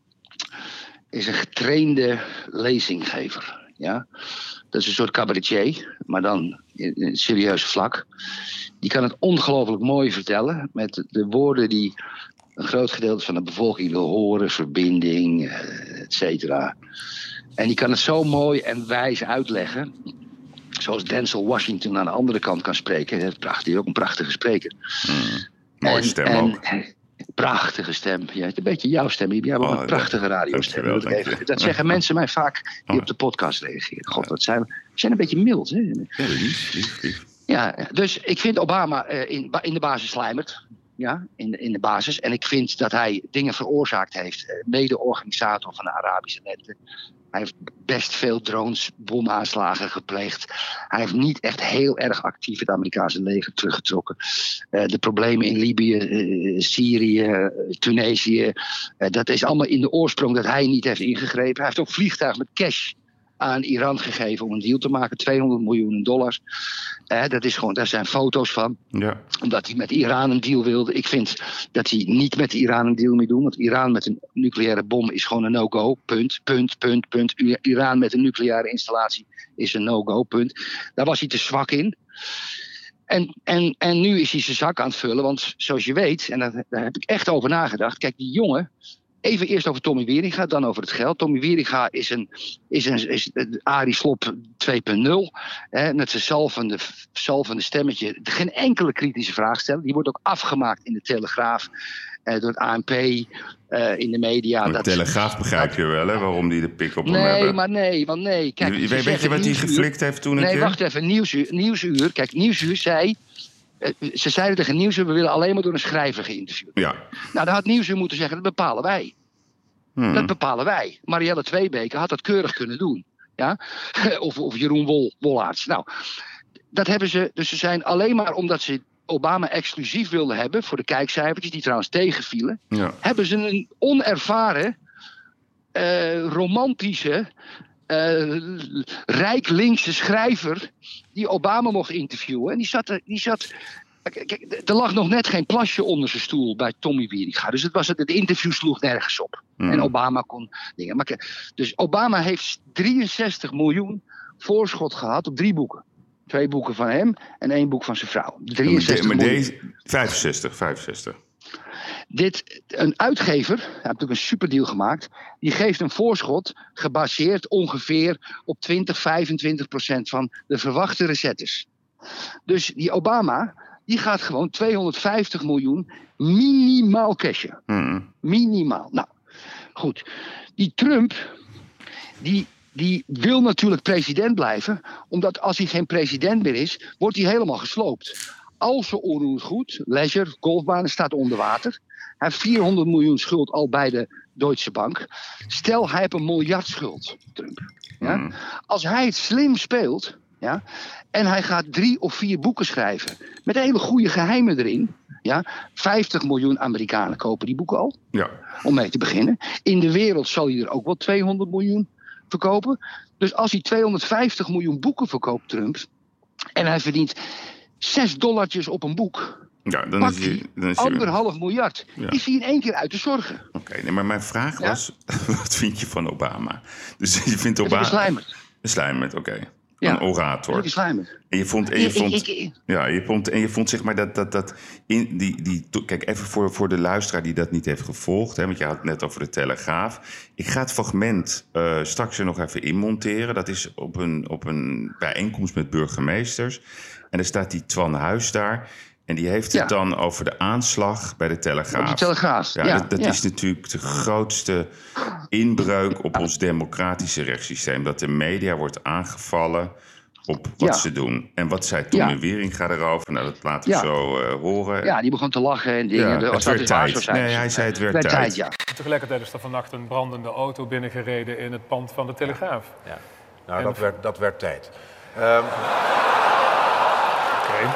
getrainde lezinggever. Ja? Dat is een soort cabaretier, maar dan in het serieuze vlak. Die kan het ongelooflijk mooi vertellen met de woorden die een groot gedeelte van de bevolking wil horen, verbinding, et cetera. En die kan het zo mooi en wijs uitleggen. Zoals Denzel Washington aan de andere kant kan spreken. Dat is prachtig, die is ook een prachtige spreker. Mooie stem ook. Prachtige stem. Ja, het is een beetje jouw stem. Je hebt ook een prachtige radiostem. dankjewel, Dat, dat zeggen mensen mij vaak die op de podcast reageren. God, we zijn een beetje mild. Hè? Ja, lief. Ja, dus ik vind Obama in de basis slijmert. Ja, in de basis. En ik vind dat hij dingen veroorzaakt heeft. Mede-organisator van de Arabische lente. Hij heeft best veel drones, bomaanslagen gepleegd. Hij heeft niet echt heel erg actief het Amerikaanse leger teruggetrokken. De problemen in Libië, Syrië, Tunesië. Dat is allemaal in de oorsprong dat hij niet heeft ingegrepen. Hij heeft ook vliegtuig met cash aan Iran gegeven om een deal te maken. $200 miljoen. Dat is gewoon, daar zijn foto's van. Ja. Omdat hij met Iran een deal wilde. Ik vind dat hij niet met Iran een deal moet doen. Want Iran met een nucleaire bom is gewoon een no-go. Punt. Iran met een nucleaire installatie is een no-go. Punt. Daar was hij te zwak in. En nu is hij zijn zak aan het vullen. Want zoals je weet, en daar heb ik echt over nagedacht. Kijk, die jongen. Even eerst over Tommy Wieringa, dan over het geld. Tommy Wieringa is Arie Slob 2.0. Met zijn zalvende stemmetje. Geen enkele kritische vraag stellen. Die wordt ook afgemaakt in de Telegraaf. Door het ANP, in de media. De Telegraaf begrijp je wel, hè? Waarom die de pik op hem hebben. Nee. Kijk, weet je wat hij geflikt heeft toen een keer? Nee, wacht even. Nieuwsuur. Kijk, Nieuwsuur zei. Ze zeiden tegen Nieuwsuur, we willen alleen maar door een schrijver geïnterviewd. Ja. Nou, dan had Nieuwsuur moeten zeggen, dat bepalen wij. Dat bepalen wij. Marielle Tweebeke had dat keurig kunnen doen. Ja? Of Jeroen Wollaerts. Nou, dat hebben ze. Dus ze zijn alleen maar omdat ze Obama exclusief wilden hebben voor de kijkcijfertjes, die trouwens tegenvielen, hebben ze een onervaren, romantische, rijk linkse schrijver die Obama mocht interviewen. En die zat kijk, er lag nog net geen plasje onder zijn stoel bij Tommy Wieringa. Dus het interview sloeg nergens op. En Obama kon dingen. Dus Obama heeft 63 miljoen voorschot gehad op 3 boeken. 2 boeken van hem en 1 boek van zijn vrouw. 63 maar miljoen. deze 65. Een uitgever, hij heeft natuurlijk een superdeal gemaakt, die geeft een voorschot gebaseerd ongeveer op 20-25% van de verwachte recettes. Dus die Obama, die gaat gewoon 250 miljoen minimaal cashen. Minimaal. Nou, goed. Die Trump, die wil natuurlijk president blijven, omdat als hij geen president meer is, wordt hij helemaal gesloopt. Al zijn onroerend goed, leisure, golfbanen, staat onder water. Hij heeft 400 miljoen schuld al bij de Deutsche Bank. Stel, hij heeft een miljard schuld, Trump. Ja? Als hij het slim speelt, ja, en hij gaat 3 of 4 boeken schrijven met hele goede geheimen erin. Ja, 50 miljoen Amerikanen kopen die boeken al, om mee te beginnen. In de wereld zal hij er ook wel 200 miljoen verkopen. Dus als hij 250 miljoen boeken verkoopt, Trump, en hij verdient $6 op een boek. Ja, dan Pakt is hij... hij 1,5 miljard. Ja. Is hij in één keer uit de zorgen. Oké, nee, maar mijn vraag was... Wat vind je van Obama? Dus je vindt Dat is Obama... een slijmer. Een slijmer, oké. Ja. Een orator. Dat is een slijmer. En je vond zeg maar dat kijk, even voor de luisteraar die dat niet heeft gevolgd, hè, want je had het net over de Telegraaf. Ik ga het fragment straks er nog even inmonteren. Dat is op een bijeenkomst met burgemeesters. En er staat die Twan Huis daar. En die heeft het dan over de aanslag bij de Telegraaf. Op de Telegraaf, Dat is natuurlijk de grootste inbreuk op ons democratische rechtssysteem. Dat de media wordt aangevallen op wat ze doen. En wat zei Tommy Wieringa erover? Nou, dat laten we zo horen. Ja, die begon te lachen en dingen. Ja, het werd tijd. Nee, hij zei het werd tijd. Ja. Tegelijkertijd is er vannacht een brandende auto binnengereden in het pand van de Telegraaf. Ja. Nou, dat werd tijd. Oké.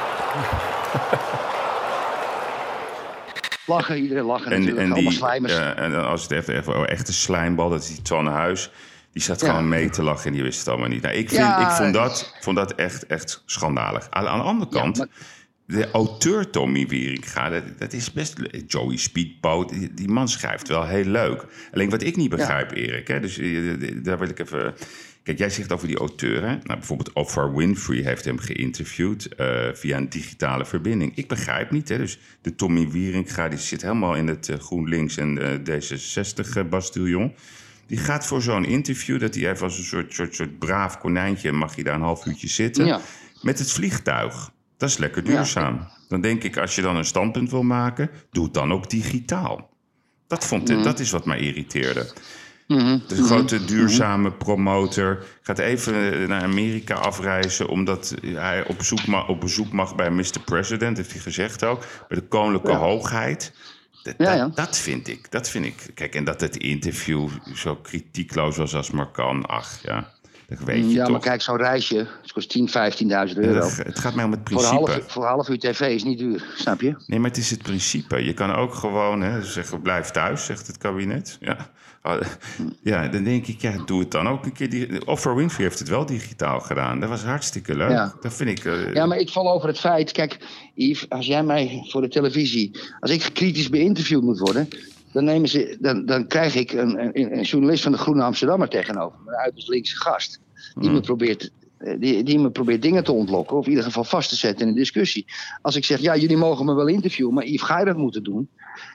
Lachen, iedereen lachen natuurlijk, allemaal slijmers. En als het even over echte slijmbal, dat is die Twan Huis. Die staat gewoon mee te lachen en die wist het allemaal niet. Nou, ik vond dat echt schandalig. Aan de andere kant, de auteur Tommy Wieringa, dat is best... Joey Speedboat, die man schrijft wel heel leuk. Alleen wat ik niet begrijp, Erik, hè, dus daar wil ik even... Kijk, jij zegt over die auteur, hè? Nou, bijvoorbeeld Oprah Winfrey heeft hem geïnterviewd via een digitale verbinding. Ik begrijp niet, hè? Dus de Tommy Wieringa, die zit helemaal in het GroenLinks en D66-bastiljon. Die gaat voor zo'n interview, dat hij even als een soort braaf konijntje... mag je daar een half uurtje zitten, met het vliegtuig. Dat is lekker duurzaam. Ja. Dan denk ik, als je dan een standpunt wil maken, doe het dan ook digitaal. Dat is wat mij irriteerde. De grote duurzame promotor gaat even naar Amerika afreizen... omdat hij op bezoek mag bij Mr. President, heeft hij gezegd ook. Bij de koninklijke hoogheid. Dat vind ik. Kijk, en dat het interview zo kritiekloos was als maar kan. Ach, ja, dat weet je toch. Maar kijk, zo'n reisje, het kost 10.000, 15.000 euro. Het gaat mij om het principe. Voor een half uur tv is niet duur, snap je? Nee, maar het is het principe. Je kan ook gewoon zeggen, blijf thuis, zegt het kabinet. Ja, dan denk ik, doe het dan ook een keer. Oprah Winfrey heeft het wel digitaal gedaan. Dat was hartstikke leuk. Ja. Dat vind ik... Ja, maar ik val over het feit... Kijk, Yves, als jij mij voor de televisie... Als ik kritisch beïnterviewd moet worden... Dan krijg ik een journalist van de Groene Amsterdammer tegenover me. Een uiterst linkse gast. Die me probeert dingen te ontlokken. Of in ieder geval vast te zetten in een discussie. Als ik zeg, jullie mogen me wel interviewen... maar Yves, ga je dat moeten doen?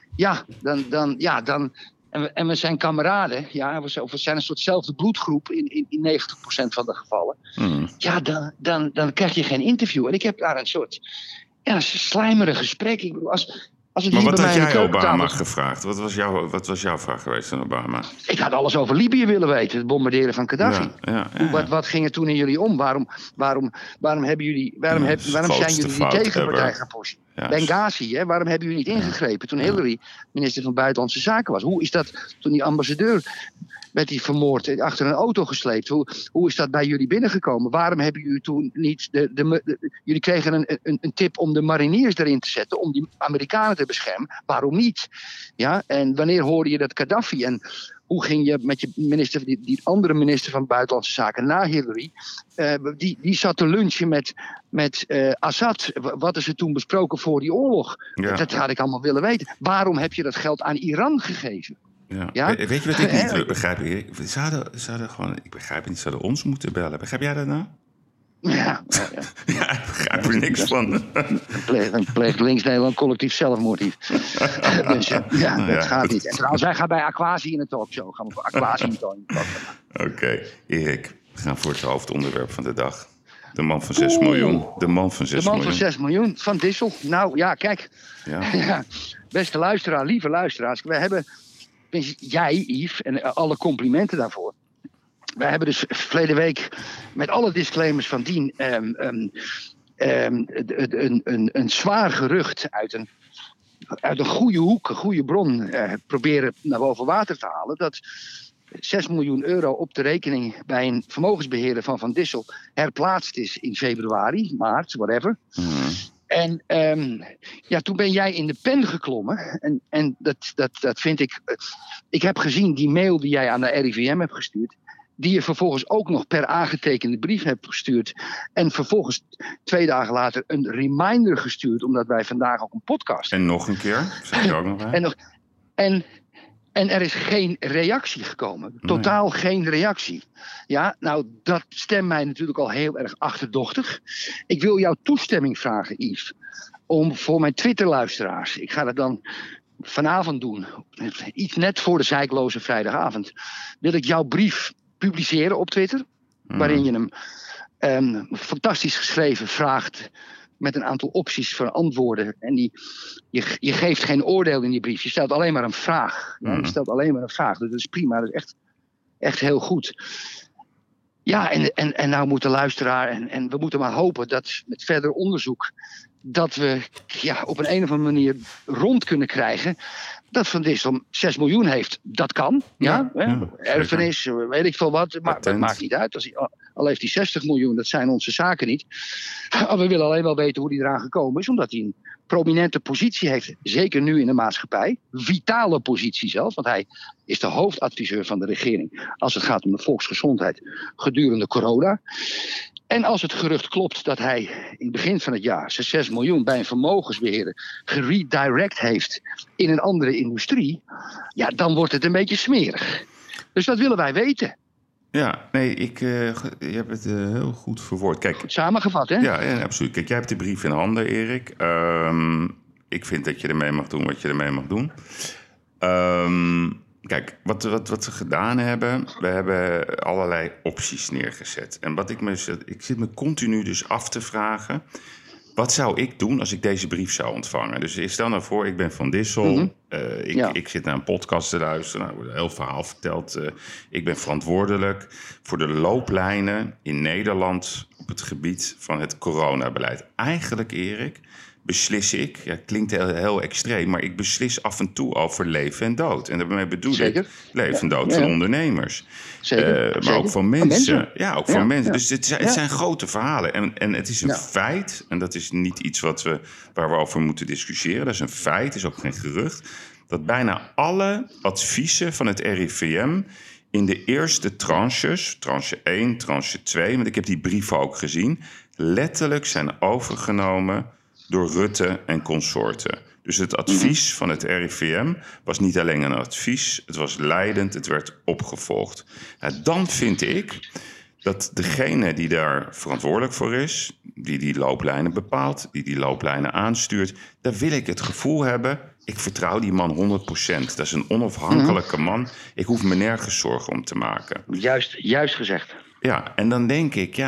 Dan en we zijn kameraden, we zijn een soortzelfde bloedgroep in 90% van de gevallen. Dan krijg je geen interview. En ik heb daar een soort slijmerig gesprek. Ik bedoel, maar wat had jij Obama gevraagd? Wat was jouw vraag geweest aan Obama? Ik had alles over Libië willen weten, het bombarderen van Gaddafi. Wat ging er toen in jullie om? Waarom zijn jullie die tegenpartij gaan pushen? Benghazi, waarom hebben jullie niet ingegrepen toen Hillary minister van Buitenlandse Zaken was? Hoe is dat toen die ambassadeur werd hij vermoord, achter een auto gesleept? Hoe is dat bij jullie binnengekomen? Waarom hebben jullie toen niet... jullie kregen een tip om de mariniers erin te zetten, om die Amerikanen te beschermen. Waarom niet? Ja? En wanneer hoorde je dat Gaddafi? En hoe ging je met je minister, die andere minister van Buitenlandse Zaken na Hillary? Die zat te lunchen met Assad. Wat is er toen besproken voor die oorlog? Ja. Dat had ik allemaal willen weten. Waarom heb je dat geld aan Iran gegeven? Ja. Weet je wat ik niet begrijp, Erik? Ze hadden gewoon, ik begrijp het niet, ze hadden ons moeten bellen. Begrijp jij dat nou? Ja, ik begrijp er niks van. Pleegt links Nederland collectief zelfmoord. Dus dat gaat niet. En trouwens, wij gaan bij Aquasi in de talkshow. Gaan we voor Aquasi in de talkshow. Oké, Erik, we gaan voor het hoofdonderwerp van de dag. De man van 6 miljoen. De man van 6 miljoen. De man van 6 miljoen, Van Dissel. Nou ja, kijk. Ja. Beste luisteraar, lieve luisteraars. We hebben, jij Yves, en alle complimenten daarvoor. Wij hebben dus verleden week met alle disclaimers van dien een zwaar gerucht uit een goede hoek, een goede bron proberen naar boven water te halen. Dat 6 miljoen euro op de rekening bij een vermogensbeheerder van Dissel herplaatst is in februari, maart, whatever. En toen ben jij in de pen geklommen. En dat vind ik... Ik heb gezien die mail die jij aan de RIVM hebt gestuurd. die je vervolgens ook nog per aangetekende brief hebt gestuurd. En vervolgens 2 dagen later een reminder gestuurd, omdat wij vandaag ook een podcast. En nog een keer, zeg je ook nog bij. En er is geen reactie gekomen. Totaal geen reactie. Ja, nou, dat stemt mij natuurlijk al heel erg achterdochtig. Ik wil jouw toestemming vragen, Yves. Voor mijn Twitter-luisteraars. Ik ga dat dan vanavond doen. Iets net voor de zeikloze vrijdagavond. Wil ik jouw brief publiceren op Twitter. Waarin je hem fantastisch geschreven vraagt. Met een aantal opties voor antwoorden. En je geeft geen oordeel in die brief. Je stelt alleen maar een vraag. Ja, je stelt alleen maar een vraag. Dus dat is prima. Dat is echt heel goed. Ja, en nou moet de luisteraar... En we moeten maar hopen dat met verder onderzoek... dat we op een of andere manier rond kunnen krijgen... dat Van Dissel 6 miljoen heeft. Dat kan. Ja, erfenis, weet ik veel wat. Maar dat maakt niet uit. Al heeft hij 60 miljoen, dat zijn onze zaken niet. We willen alleen wel weten hoe hij eraan gekomen is. Omdat hij een prominente positie heeft. Zeker nu in de maatschappij. Vitale positie zelfs. Want hij is de hoofdadviseur van de regering. Als het gaat om de volksgezondheid gedurende corona. En als het gerucht klopt dat hij in het begin van het jaar... zijn 6 miljoen bij een vermogensbeheerder geredirect heeft in een andere industrie... ja, dan wordt het een beetje smerig. Dus dat willen wij weten. Ja, nee, je hebt het heel goed verwoord. Kijk, goed samengevat, hè? Ja, absoluut. Kijk, jij hebt de brief in handen, Erik. Ik vind dat je ermee mag doen wat je ermee mag doen. Kijk, wat we gedaan hebben... we hebben allerlei opties neergezet. En ik zit me continu dus af te vragen... wat zou ik doen als ik deze brief zou ontvangen? Dus stel nou voor, ik ben Van Dissel. Ik zit naar een podcast te luisteren. Nou, er wordt een heel verhaal verteld. Ik ben verantwoordelijk voor de looplijnen in Nederland... op het gebied van het coronabeleid. Eigenlijk, Erik... beslis ik, het klinkt heel extreem... maar ik beslis af en toe over leven en dood. En daarmee bedoel ik leven en dood van ondernemers. Zeker. Maar ook van mensen. Ja, ook van mensen. Dus het zijn grote verhalen. En het is een feit, en dat is niet iets waar we over moeten discussiëren. Dat is een feit, het is ook geen gerucht... dat bijna alle adviezen van het RIVM... in de eerste tranches, tranche 1, tranche 2... want ik heb die brieven ook gezien... letterlijk zijn overgenomen... door Rutte en consorten. Dus het advies van het RIVM was niet alleen een advies... het was leidend, het werd opgevolgd. Dan vind ik dat degene die daar verantwoordelijk voor is... die looplijnen bepaalt, die looplijnen aanstuurt... daar wil ik het gevoel hebben... ik vertrouw die man 100%. Dat is een onafhankelijke man. Ik hoef me nergens zorgen om te maken. Juist gezegd. Ja, en dan denk ik,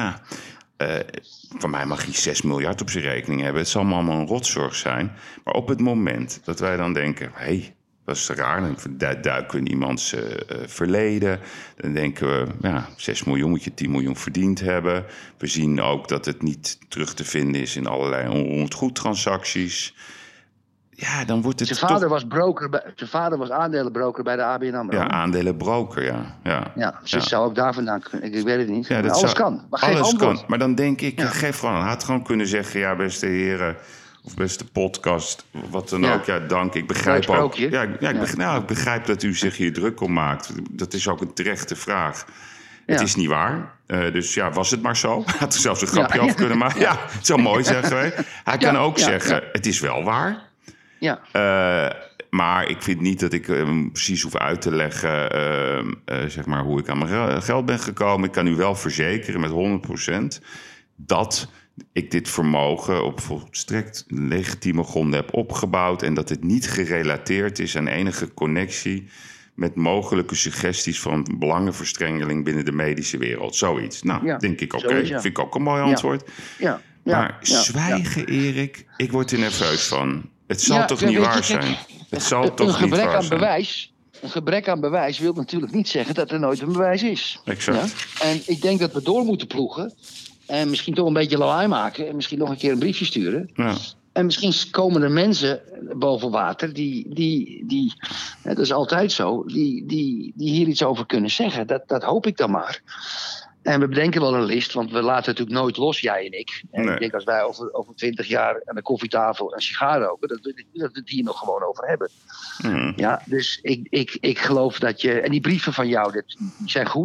van mij mag hij 6 miljard op zijn rekening hebben. Het zal me allemaal een rotzorg zijn. Maar op het moment dat wij dan denken... dat is raar, dan duiken we in iemands verleden. Dan denken we, 6 miljoen moet je 10 miljoen verdiend hebben. We zien ook dat het niet terug te vinden is... in allerlei ongoedtransacties. Ja, dan wordt het zijn vader was aandelenbroker bij de ABN AMRO. Ja, aandelenbroker, ja. Dus zou ook daar vandaan kunnen. Ik weet het niet. Ja, alles kan. Maar geen alles antwoord. kan. Maar dan denk ik, geef gewoon aan. Hij had gewoon kunnen zeggen, ja, beste heren... of beste podcast, wat dan ook. Ja, dank. Ik begrijp ook. Ik begrijp dat u zich hier druk om maakt. Dat is ook een terechte vraag. Het is niet waar. Dus was het maar zo. Hij had er zelfs een grapje over kunnen maken. Ja, het zou mooi zijn geweest. Hij kan ook zeggen, het is wel waar... Ja. Maar ik vind niet dat ik precies hoef uit te leggen... zeg maar hoe ik aan mijn geld ben gekomen. Ik kan u wel verzekeren met 100% dat ik dit vermogen op volstrekt legitieme gronden heb opgebouwd... en dat het niet gerelateerd is aan enige connectie... met mogelijke suggesties van belangenverstrengeling binnen de medische wereld. Zoiets. Nou, denk ik, oké. Vind ik ook een mooi antwoord. Ja. Maar zwijgen, Erik, ik word er nerveus van... Het zal toch niet waar zijn? Het zal toch niet waar zijn? Een gebrek aan bewijs wil natuurlijk niet zeggen dat er nooit een bewijs is. Exact. Ja? En ik denk dat we door moeten ploegen. En misschien toch een beetje lawaai maken. En misschien nog een keer een briefje sturen. Ja. En misschien komen er mensen boven water die dat is altijd zo, die hier iets over kunnen zeggen. Dat hoop ik dan maar. En we bedenken wel een list, want we laten natuurlijk nooit los, jij en ik. En ik denk als wij over 20 jaar aan de koffietafel een sigaar roken... dat we het hier nog gewoon over hebben. Ja, dus ik geloof dat je... En die brieven van jou, die zijn goed.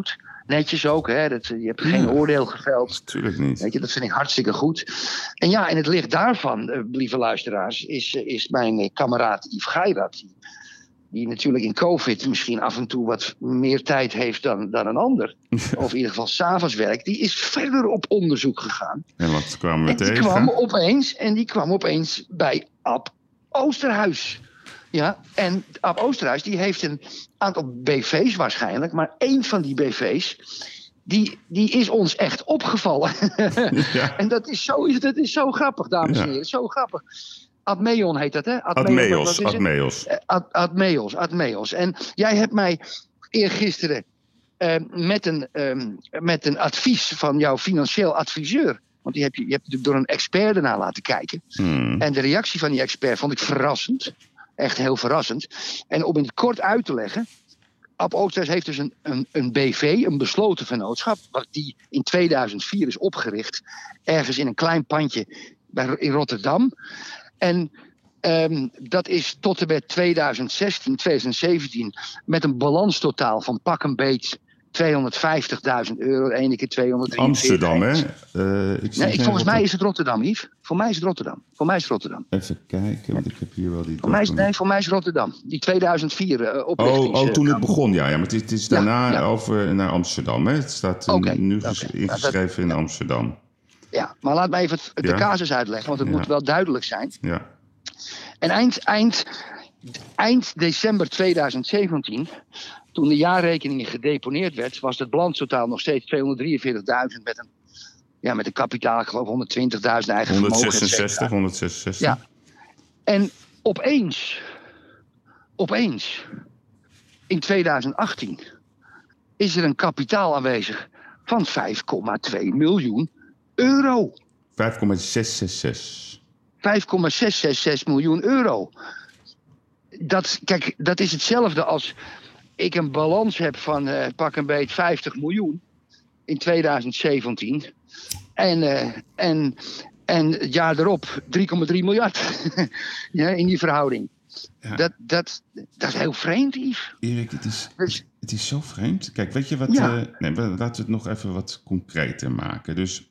Netjes ook, hè? Je hebt geen oordeel geveld. Natuurlijk niet. Weet je, dat vind ik hartstikke goed. En ja, in het licht daarvan, lieve luisteraars, is mijn kameraad Yves Geirat, die natuurlijk in COVID misschien af en toe wat meer tijd heeft dan een ander. Of in ieder geval 's avonds werkt. Die is verder op onderzoek gegaan. En wat kwamen we En tegen? die kwam opeens bij Ab Oosterhuis. Ja, en Ab Oosterhuis die heeft een aantal BV's waarschijnlijk. Maar één van die BV's, die is ons echt opgevallen. Ja. En dat is zo grappig, dames en heren. Zo grappig. Admeon heet dat, hè? Admeos. En jij hebt mij eergisteren met een advies van jouw financieel adviseur. Want je hebt natuurlijk door een expert ernaar laten kijken. En de reactie van die expert vond ik verrassend. Echt heel verrassend. En om in het kort uit te leggen. Ab Oosterhuis heeft dus een BV, een besloten vennootschap. Wat die in 2004 is opgericht. Ergens in een klein pandje in Rotterdam. En dat is tot en met 2017 met een balanstotaal van pak een beet €250.000. Ene keer 243. Amsterdam, hè? Volgens mij is het Rotterdam, Yves. Voor mij is het Rotterdam. Even kijken, want ik heb hier wel die... Voor mij is het Rotterdam. Die 2004 oprichting. Toen het begon, ja. Maar het is daarna over naar Amsterdam, hè? Het staat ingeschreven in Amsterdam. Ja, maar laat me even de casus uitleggen, want het moet wel duidelijk zijn. Ja. En eind december 2017, toen de jaarrekening gedeponeerd werd, was het balanstotaal nog steeds 243.000 met een kapitaal, ik geloof 120.000 eigen vermogen. 166. Ja. En opeens, in 2018, is er een kapitaal aanwezig van €5,2 miljoen. 5,666. 5,666 miljoen euro. Dat is hetzelfde als ik een balans heb van pak een beet 50 miljoen in 2017. En het jaar erop 3,3 miljard ja, in die verhouding. Ja. Dat is heel vreemd, Yves. Erik, het is zo vreemd. Kijk, weet je wat... laten we het nog even wat concreter maken. Dus...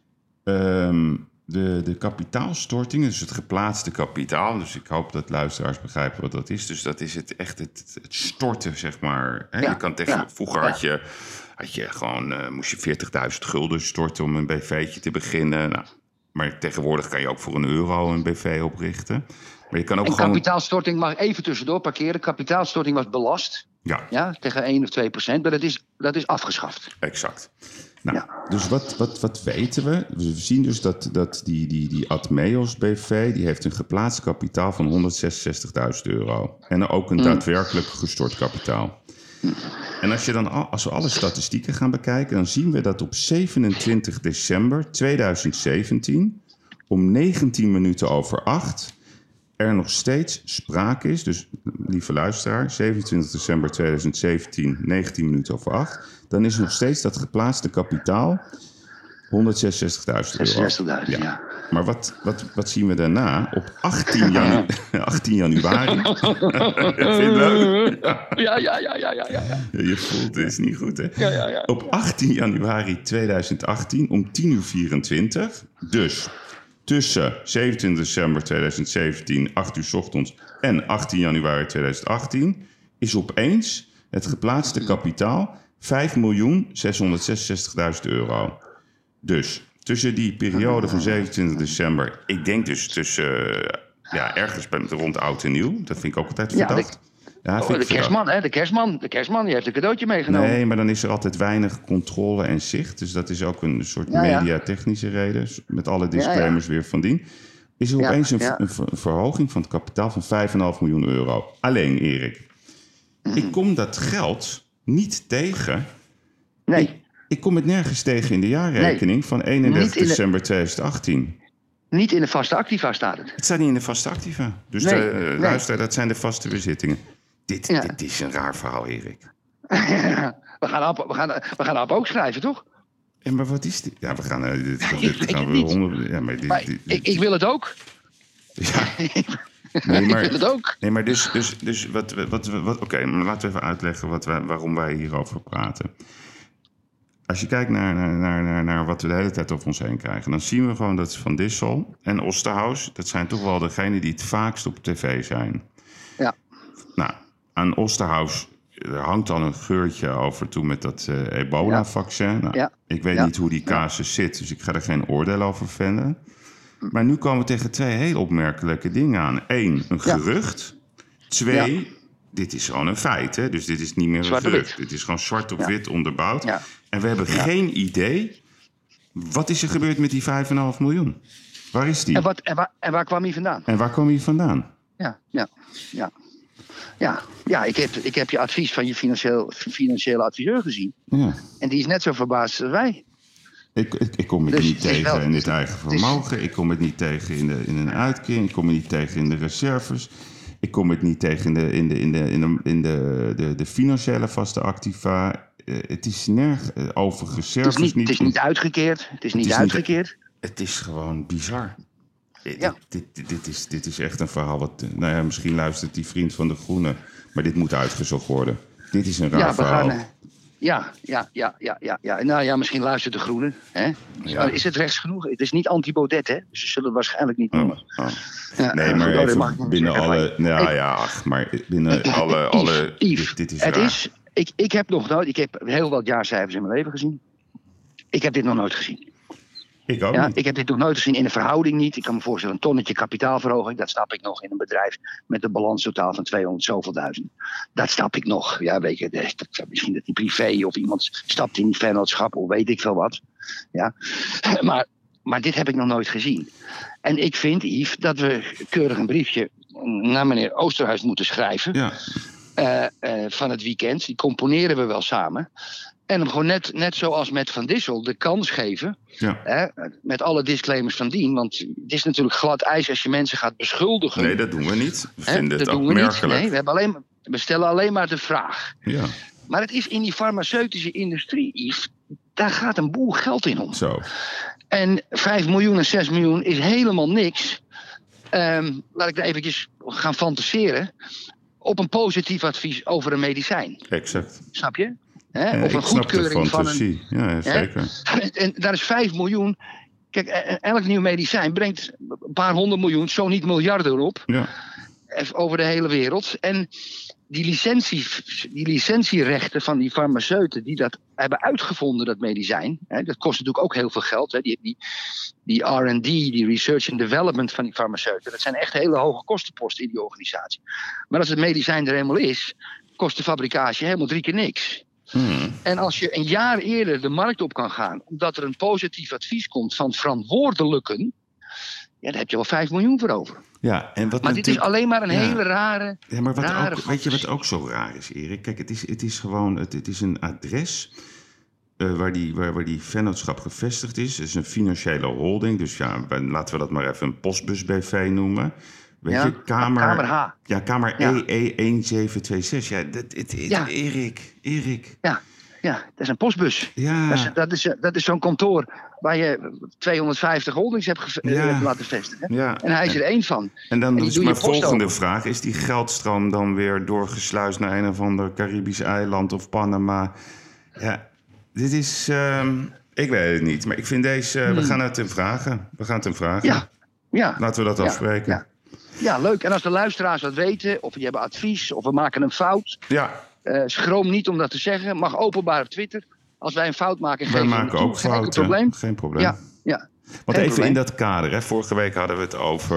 De kapitaalstorting, dus het geplaatste kapitaal. Dus ik hoop dat luisteraars begrijpen wat dat is. Dus dat is het storten, zeg maar. Hè? Je kan vroeger had je gewoon, moest je 40.000 gulden storten om een BV'tje te beginnen. Nou, maar tegenwoordig kan je ook voor €1 een BV oprichten. Maar je kan ook kapitaalstorting mag even tussendoor parkeren. Kapitaalstorting was belast. Ja, tegen 1 of 2%. Maar dat is afgeschaft. Exact. Nou, dus wat weten we? We zien dus dat die Admeos BV... die heeft een geplaatst kapitaal van €166.000. En ook een daadwerkelijk gestort kapitaal. En als we alle statistieken gaan bekijken... dan zien we dat op 27 december 2017... om 8:19... er nog steeds sprake is... dus lieve luisteraar, 27 december 2017, 8:19... dan is nog steeds dat geplaatste kapitaal €166.000. Ja. Maar wat zien we daarna? Op 18 januari... Vind je het leuk? Ja. Je voelt het is niet goed, hè? Ja. Op 18 januari 2018 om 10:24... dus tussen 27 december 2017, 8 uur 's ochtends... en 18 januari 2018... is opeens het geplaatste kapitaal... €5.666.000. Dus tussen die periode van 27 december... ik denk dus tussen ergens rond oud en nieuw. Dat vind ik ook altijd verdacht. De kerstman, hè? De kerstman, die heeft een cadeautje meegenomen. Nee, maar dan is er altijd weinig controle en zicht. Dus dat is ook een soort mediatechnische reden. Met alle disclaimers weer van dien. Is er opeens een verhoging van het kapitaal van €5,5 miljoen. Alleen, Erik, ik kom dat geld... niet tegen. Nee. Ik kom het nergens tegen in de jaarrekening van 31 december 2018. Niet in de vaste activa staat het. Het staat niet in de vaste activa. Dus luister, dat zijn de vaste bezittingen. Dit is een raar verhaal, Erik. We gaan Ab ook schrijven, toch? Ja, maar wat is dit? Ja, we gaan... Ik wil het ook. Ja. Ik wil het ook. Nee, maar dus wat oké, maar laten we even uitleggen waarom wij hierover praten. als je kijkt naar wat we de hele tijd over ons heen krijgen, dan zien we gewoon dat Van Dissel en Osterhaus, dat zijn toch wel degenen die het vaakst op tv zijn. Ja. Nou, aan Osterhaus er hangt al een geurtje over toen met dat ebola-vaccin. Nou, ik weet niet hoe die casus zit, dus ik ga er geen oordeel over vellen. Maar nu komen we tegen 2 heel opmerkelijke dingen aan. 1, een gerucht. 2, dit is gewoon een feit. Hè? Dus dit is niet meer een gerucht. Dit is gewoon zwart op wit onderbouwd. Ja. En we hebben geen idee. Wat is er gebeurd met die 5,5 miljoen? Waar is die? En waar kwam hij vandaan? En waar kwam hij vandaan? Ja, ik heb je advies van je financiële adviseur gezien. Ja. En die is net zo verbaasd als wij. Ik kom het niet tegen in dit eigen vermogen. Ik kom het niet tegen in een uitkering. Ik kom het niet tegen in de reserves. Ik kom het niet tegen in de financiële vaste activa. Het is nergens over reserves. Het is niet uitgekeerd. Het is gewoon bizar. Ja. Dit is echt een verhaal wat... Nou ja, misschien luistert die vriend van de Groenen, maar dit moet uitgezocht worden. Dit is een raar verhaal. Ja. Nou ja, misschien luistert de Groenen. Hè? Ja. Is het rechts genoeg? Het is niet anti-Baudet, hè? Dus ze zullen het waarschijnlijk niet noemen. Ja, nee, maar even binnen alle... maar binnen alle... Dit is raar. Ik heb nog nooit... Ik heb heel wat jaarcijfers in mijn leven gezien. Ik heb dit nog nooit gezien. Ik ook niet. Ik heb dit nog nooit gezien in een verhouding niet. Ik kan me voorstellen, een tonnetje kapitaalverhoging. Dat snap ik nog in een bedrijf met een balanstotaal van 200 zoveel duizend. Dat snap ik nog. Ja, weet je, misschien dat die privé of iemand stapt in die vennootschap of weet ik veel wat. Ja. Maar dit heb ik nog nooit gezien. En ik vind, Yves, dat we keurig een briefje naar meneer Oosterhuis moeten schrijven. Ja. Van het weekend. Die componeren we wel samen. En hem gewoon net zoals met Van Dissel de kans geven. Ja. Hè, met alle disclaimers van dien. Want het is natuurlijk glad ijs als je mensen gaat beschuldigen. Nee, dat doen we niet. We vinden het opmerkelijk. Nee, we stellen alleen maar de vraag. Ja. Maar het is in die farmaceutische industrie, Yves, daar gaat een boel geld in om. Zo. En 5 miljoen en 6 miljoen is helemaal niks. Laat ik daar eventjes gaan fantaseren. Op een positief advies over een medicijn. Exact. Snap je? Of een goedkeuring van een... Ja, zeker. En daar is 5 miljoen. Kijk, elk nieuw medicijn brengt een paar 100 miljoen, zo niet miljarden op. Ja. Over de hele wereld. En die licentierechten van die farmaceuten die dat hebben uitgevonden, dat medicijn. Dat kost natuurlijk ook heel veel geld. Die R&D, die research and development van die farmaceuten. Dat zijn echt hele hoge kostenposten in die organisatie. Maar als het medicijn er helemaal is, kost de fabricage helemaal 3 keer niks. En als je een jaar eerder de markt op kan gaan, omdat er een positief advies komt van verantwoordelijken, ja, daar heb je wel 5 miljoen voor over. Ja, maar dit is alleen maar een hele rare. Ja, maar weet je wat ook zo raar is, Erik? Kijk, het is gewoon het is een adres waar die vennootschap gevestigd is. Het is een financiële holding, dus ja, laten we dat maar even een postbus BV noemen. Weet je, Kamer H. Ja, Kamer EE1726. Ja, Erik. Ja, dat is een postbus. Ja. Dat is zo'n kantoor waar je 250 holdings hebt laten vestigen. Ja. En hij is er één van. En dan is mijn volgende vraag. Is die geldstroom dan weer doorgesluist naar een of ander Caribisch eiland of Panama? Ja, dit is... ik weet het niet, maar ik vind deze... We gaan het hem vragen. Ja. Laten we dat afspreken. Ja, leuk. En als de luisteraars wat weten, of je hebben advies, of we maken een fout... Ja. Schroom niet om dat te zeggen. Mag openbaar op Twitter. Als wij een fout maken, wij maken ook fouten. Geen probleem. Ja. Want even in dat kader. Hè. Vorige week hadden we het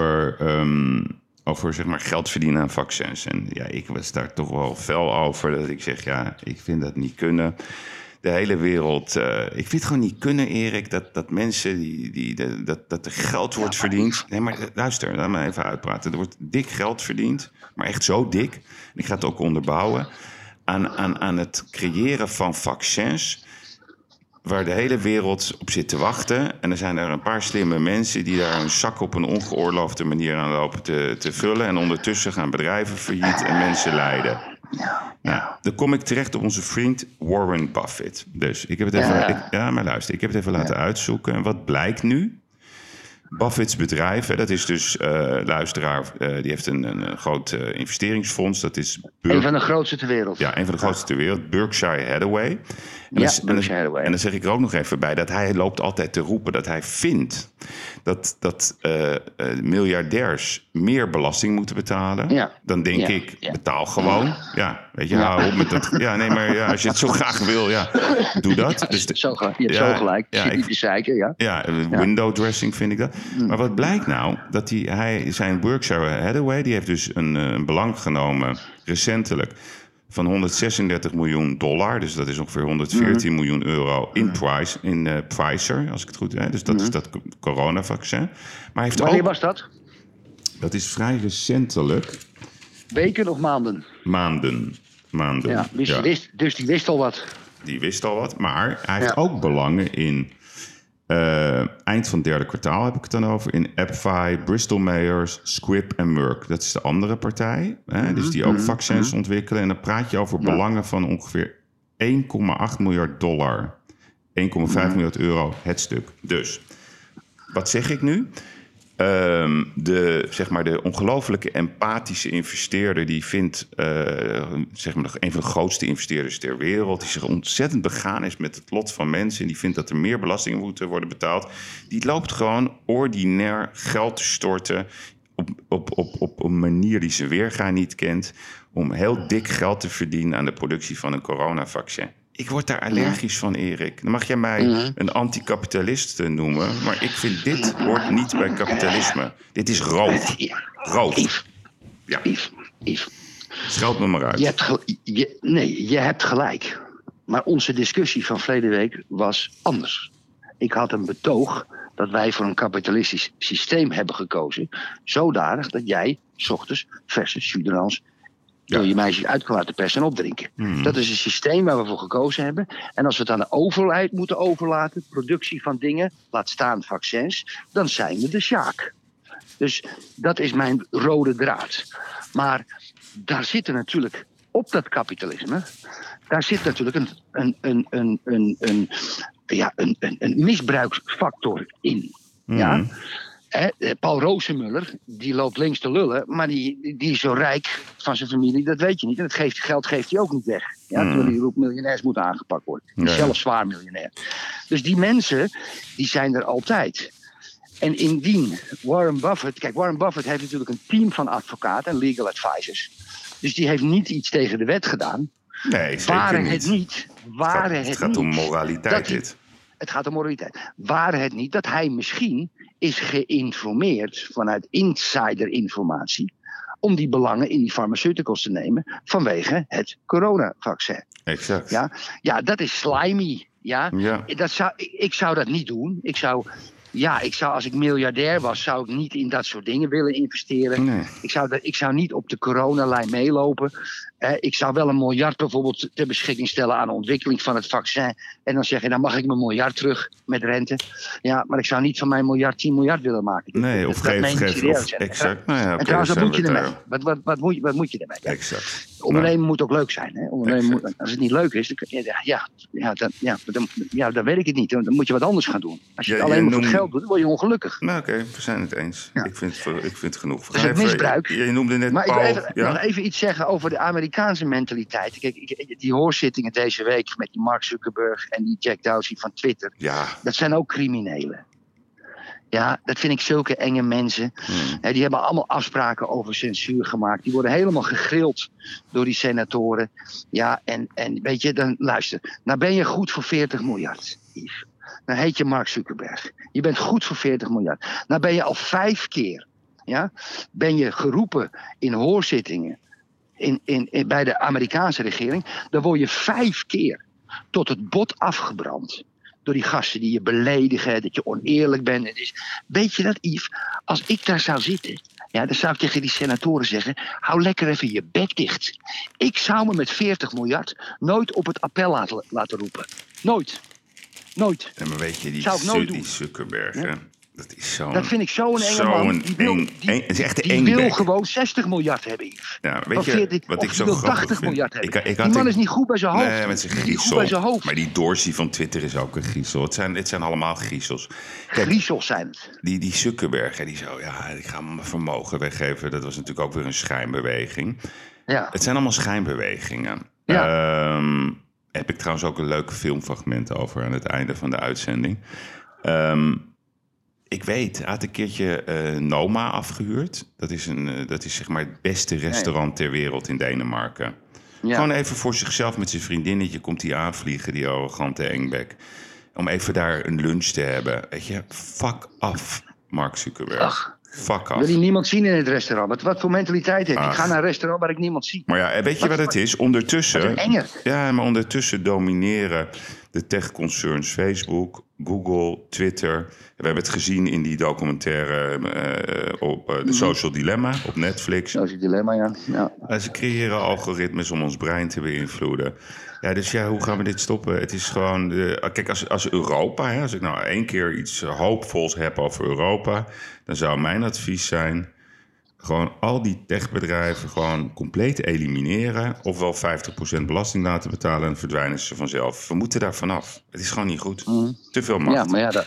over zeg maar, geld verdienen aan vaccins. En ja, ik was daar toch wel fel over. Dat ik zeg, ja, ik vind dat niet kunnen. De hele wereld... ik vind het gewoon niet kunnen, Erik... dat mensen dat er geld wordt verdiend. Nee, maar luister, laat me even uitpraten. Er wordt dik geld verdiend, maar echt zo dik. En ik ga het ook onderbouwen. Aan het creëren van vaccins... waar de hele wereld op zit te wachten. En er zijn er een paar slimme mensen... die daar hun zak op een ongeoorloofde manier aan lopen te vullen. En ondertussen gaan bedrijven failliet en mensen lijden. Nou, dan kom ik terecht op onze vriend Warren Buffett. Dus ik heb het even... maar luister, ik heb het even laten uitzoeken. En wat blijkt nu? Buffett's bedrijf, hè, dat is dus, luisteraar, die heeft een groot investeringsfonds. Dat is Een van de grootste ter wereld. Ja, een van de grootste ter wereld. Berkshire Hathaway. Berkshire Hathaway. En dan zeg ik er ook nog even bij dat hij loopt altijd te roepen dat hij vindt dat miljardairs meer belasting moeten betalen. Ja. Dan denk ik, betaal gewoon. Ja, weet je, hou op met dat. Ja, nee, maar als je het zo graag wil, doe dat. Dus je hebt zo gelijk. Zit niet te zeiken, ja. Ja, window dressing vind ik dat. Maar wat blijkt nou? Dat zijn Berkshire Hathaway, die heeft dus een belang genomen recentelijk van $136 miljoen. Dus dat is ongeveer 114 miljoen euro in Pfizer, als ik het goed heb. Dus dat is dat coronavaccin. Maar heeft Wanneer was dat? Dat is vrij recentelijk. Weken of maanden? Maanden. Ja, dus die wist al wat. Die wist al wat, maar hij heeft ook belangen in eind van het derde kwartaal heb ik het dan over. In AbbVie, Bristol Myers, Squibb en Merck. Dat is de andere partij. Dus die ook vaccins ontwikkelen. En dan praat je over belangen van ongeveer $1,8 miljard. 1,5 miljard euro het stuk. Dus, wat zeg ik nu? De ongelofelijke empathische investeerder die vindt, een van de grootste investeerders ter wereld, die zich ontzettend begaan is met het lot van mensen en die vindt dat er meer belastingen moeten worden betaald, die loopt gewoon ordinair geld te storten op een manier die zijn weerga niet kent, om heel dik geld te verdienen aan de productie van een coronavaccin. Ik word daar allergisch van, Erik. Dan mag jij mij een anticapitalist noemen, maar ik vind dit hoort niet bij kapitalisme. Dit is roof. Roof. Yves. Scheld me maar uit. Je hebt gelijk. Maar onze discussie van verleden week was anders. Ik had een betoog dat wij voor een kapitalistisch systeem hebben gekozen, zodanig dat jij 's ochtends verse jus door je meisje uit kan laten persen en opdrinken. Dat is een systeem waar we voor gekozen hebben. En als we het aan de overheid moeten overlaten, productie van dingen, laat staan vaccins, dan zijn we de sjaak. Dus dat is mijn rode draad. Maar daar zit er natuurlijk op dat kapitalisme, daar zit natuurlijk een misbruiksfactor in. Ja? Paul Rozenmuller, die loopt links te lullen, maar die is zo rijk van zijn familie, dat weet je niet. En het geld geeft hij ook niet weg. Ja, terwijl die roept miljonairs moeten aangepakt worden. Die is zelf zwaar miljonair. Dus die mensen, die zijn er altijd. En indien Warren Buffett... Kijk, Warren Buffett heeft natuurlijk een team van advocaten en legal advisors. Dus die heeft niet iets tegen de wet gedaan. Nee, zeker niet. Het gaat om moraliteit, dit. Het gaat om moraliteit. Waar het niet dat hij misschien is geïnformeerd vanuit insiderinformatie om die belangen in die pharmaceuticals te nemen vanwege het coronavaccin. Exact. Ja, dat is slimy. Ja? Ik zou dat niet doen. Ik zou, als ik miljardair was, zou ik niet in dat soort dingen willen investeren. Nee. Ik zou niet op de coronalijn meelopen. Ik zou wel $1 miljard bijvoorbeeld ter beschikking stellen aan de ontwikkeling van het vaccin. En dan zeg je, dan mag ik mijn $1 miljard terug met rente. Ja, maar ik zou niet van mijn $1 miljard 10 miljard willen maken. Nee, of geef. Exact. Nou ja, en trouwens, wat moet je ermee? Wat moet je ermee? Exact. Ondernemen moet ook leuk zijn. Hè? Als het niet leuk is, dan weet ik het niet. Dan moet je wat anders gaan doen. Als je het alleen maar voor het geld doet, dan word je ongelukkig. Nou oké, we zijn het eens. Ja. Ik vind het genoeg. Dat is het misbruik. Je noemde net maar Paul. Ik wil nog even iets zeggen over de Amerikaanse mentaliteit. Kijk, die hoorzittingen deze week met die Mark Zuckerberg en die Jack Dorsey van Twitter. Ja. Dat zijn ook criminelen. Ja, dat vind ik zulke enge mensen. Die hebben allemaal afspraken over censuur gemaakt. Die worden helemaal gegrild door die senatoren. Ja, en weet je, dan luister. Nou ben je goed voor 40 miljard, Yves. Dan heet je Mark Zuckerberg. Je bent goed voor 40 miljard. Nou ben je al 5 keer, ben je geroepen in hoorzittingen bij de Amerikaanse regering. Dan word je 5 keer tot het bot afgebrand. Door die gasten die je beledigen, dat je oneerlijk bent. Weet je dat, Yves? Als ik daar zou zitten, dan zou ik tegen die senatoren zeggen, hou lekker even je bek dicht. Ik zou me met 40 miljard nooit op het appel laten roepen. Nooit. Ja, maar weet je, die Zuckerberg, Dat vind ik zo'n enge man. Het is echt die wil gewoon 60 miljard hebben, Yves. Ja, weet je wat ik zo wil grappig 80 vind? miljard hebben. Die man is niet goed bij zijn hoofd. Nee, met zijn griezel. Maar die Dorsey van Twitter is ook een griezel. Het zijn allemaal griezels. Kijk, griezels zijn het. Die Zuckerberg, die zo, ik ga mijn vermogen weggeven. Dat was natuurlijk ook weer een schijnbeweging. Ja. Het zijn allemaal schijnbewegingen. Ja. Heb ik trouwens ook een leuk filmfragment over aan het einde van de uitzending. Ik weet, hij had een keertje Noma afgehuurd. Dat is zeg maar het beste restaurant ter wereld in Denemarken. Ja. Gewoon even voor zichzelf met zijn vriendinnetje komt hij aanvliegen, die arrogante engbek. Om even daar een lunch te hebben. Weet je, fuck af, Mark Zuckerberg. Fuck af. Wil je niemand zien in het restaurant? Wat voor mentaliteit heeft? Ik ga naar een restaurant waar ik niemand zie. Maar ja, weet je wat het is? Ondertussen... enger. Ja, maar ondertussen domineren de tech-concerns Facebook, Google, Twitter. We hebben het gezien in die documentaire op The Social Dilemma op Netflix. Social Dilemma, ja. Ze creëren algoritmes om ons brein te beïnvloeden. Ja, dus hoe gaan we dit stoppen? Het is gewoon... kijk, als Europa... als ik nou 1 keer iets hoopvols heb over Europa... dan zou mijn advies zijn... gewoon al die techbedrijven gewoon compleet elimineren... ofwel 50% belasting laten betalen... en verdwijnen ze vanzelf. We moeten daar vanaf. Het is gewoon niet goed. Te veel macht. Ja, maar ja,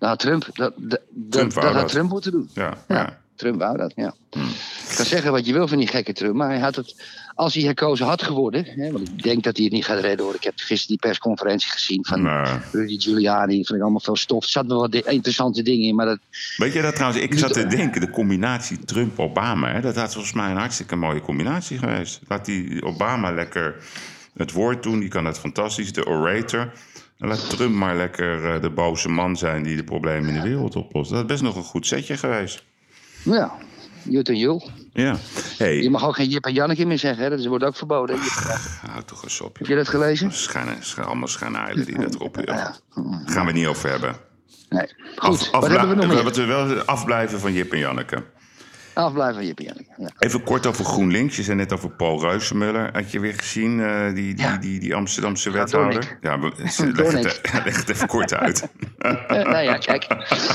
dat had Trump moeten doen. Ja. Trump wou dat, ja. Je kan zeggen wat je wil van die gekke Trump... maar hij had het... Als hij herkozen had geworden... Hè, want ik denk dat hij het niet gaat redden, hoor. Ik heb gisteren die persconferentie gezien van Rudy Giuliani. Dat vind ik allemaal veel stof. Er zaten wel wat interessante dingen in, maar dat... Weet je dat trouwens? Ik zat te denken, de combinatie Trump-Obama... dat had volgens mij een hartstikke mooie combinatie geweest. Laat die Obama lekker het woord doen. Die kan dat fantastisch, de orator. En laat Trump maar lekker de boze man zijn... die de problemen in de wereld oplost. Dat is best nog een goed setje geweest. Ja, Jut en Jul. Ja. Hey. Je mag ook geen Jip en Janneke meer zeggen, hè? Dat wordt ook verboden. Hou toch eens op. Heb je dat gelezen? Allemaal schijneilen die dat roepen. Daar gaan we het niet over hebben. Nee. Goed, wat hebben we nog meer? We wel afblijven van Jip en Janneke. Afblijven van Jip en Janneke, ja. Even kort over GroenLinks. Je zei net over Paul Reusemuller. Had je weer gezien, die Amsterdamse wethouder? Ja, leg het even kort uit. Nou ja, kijk...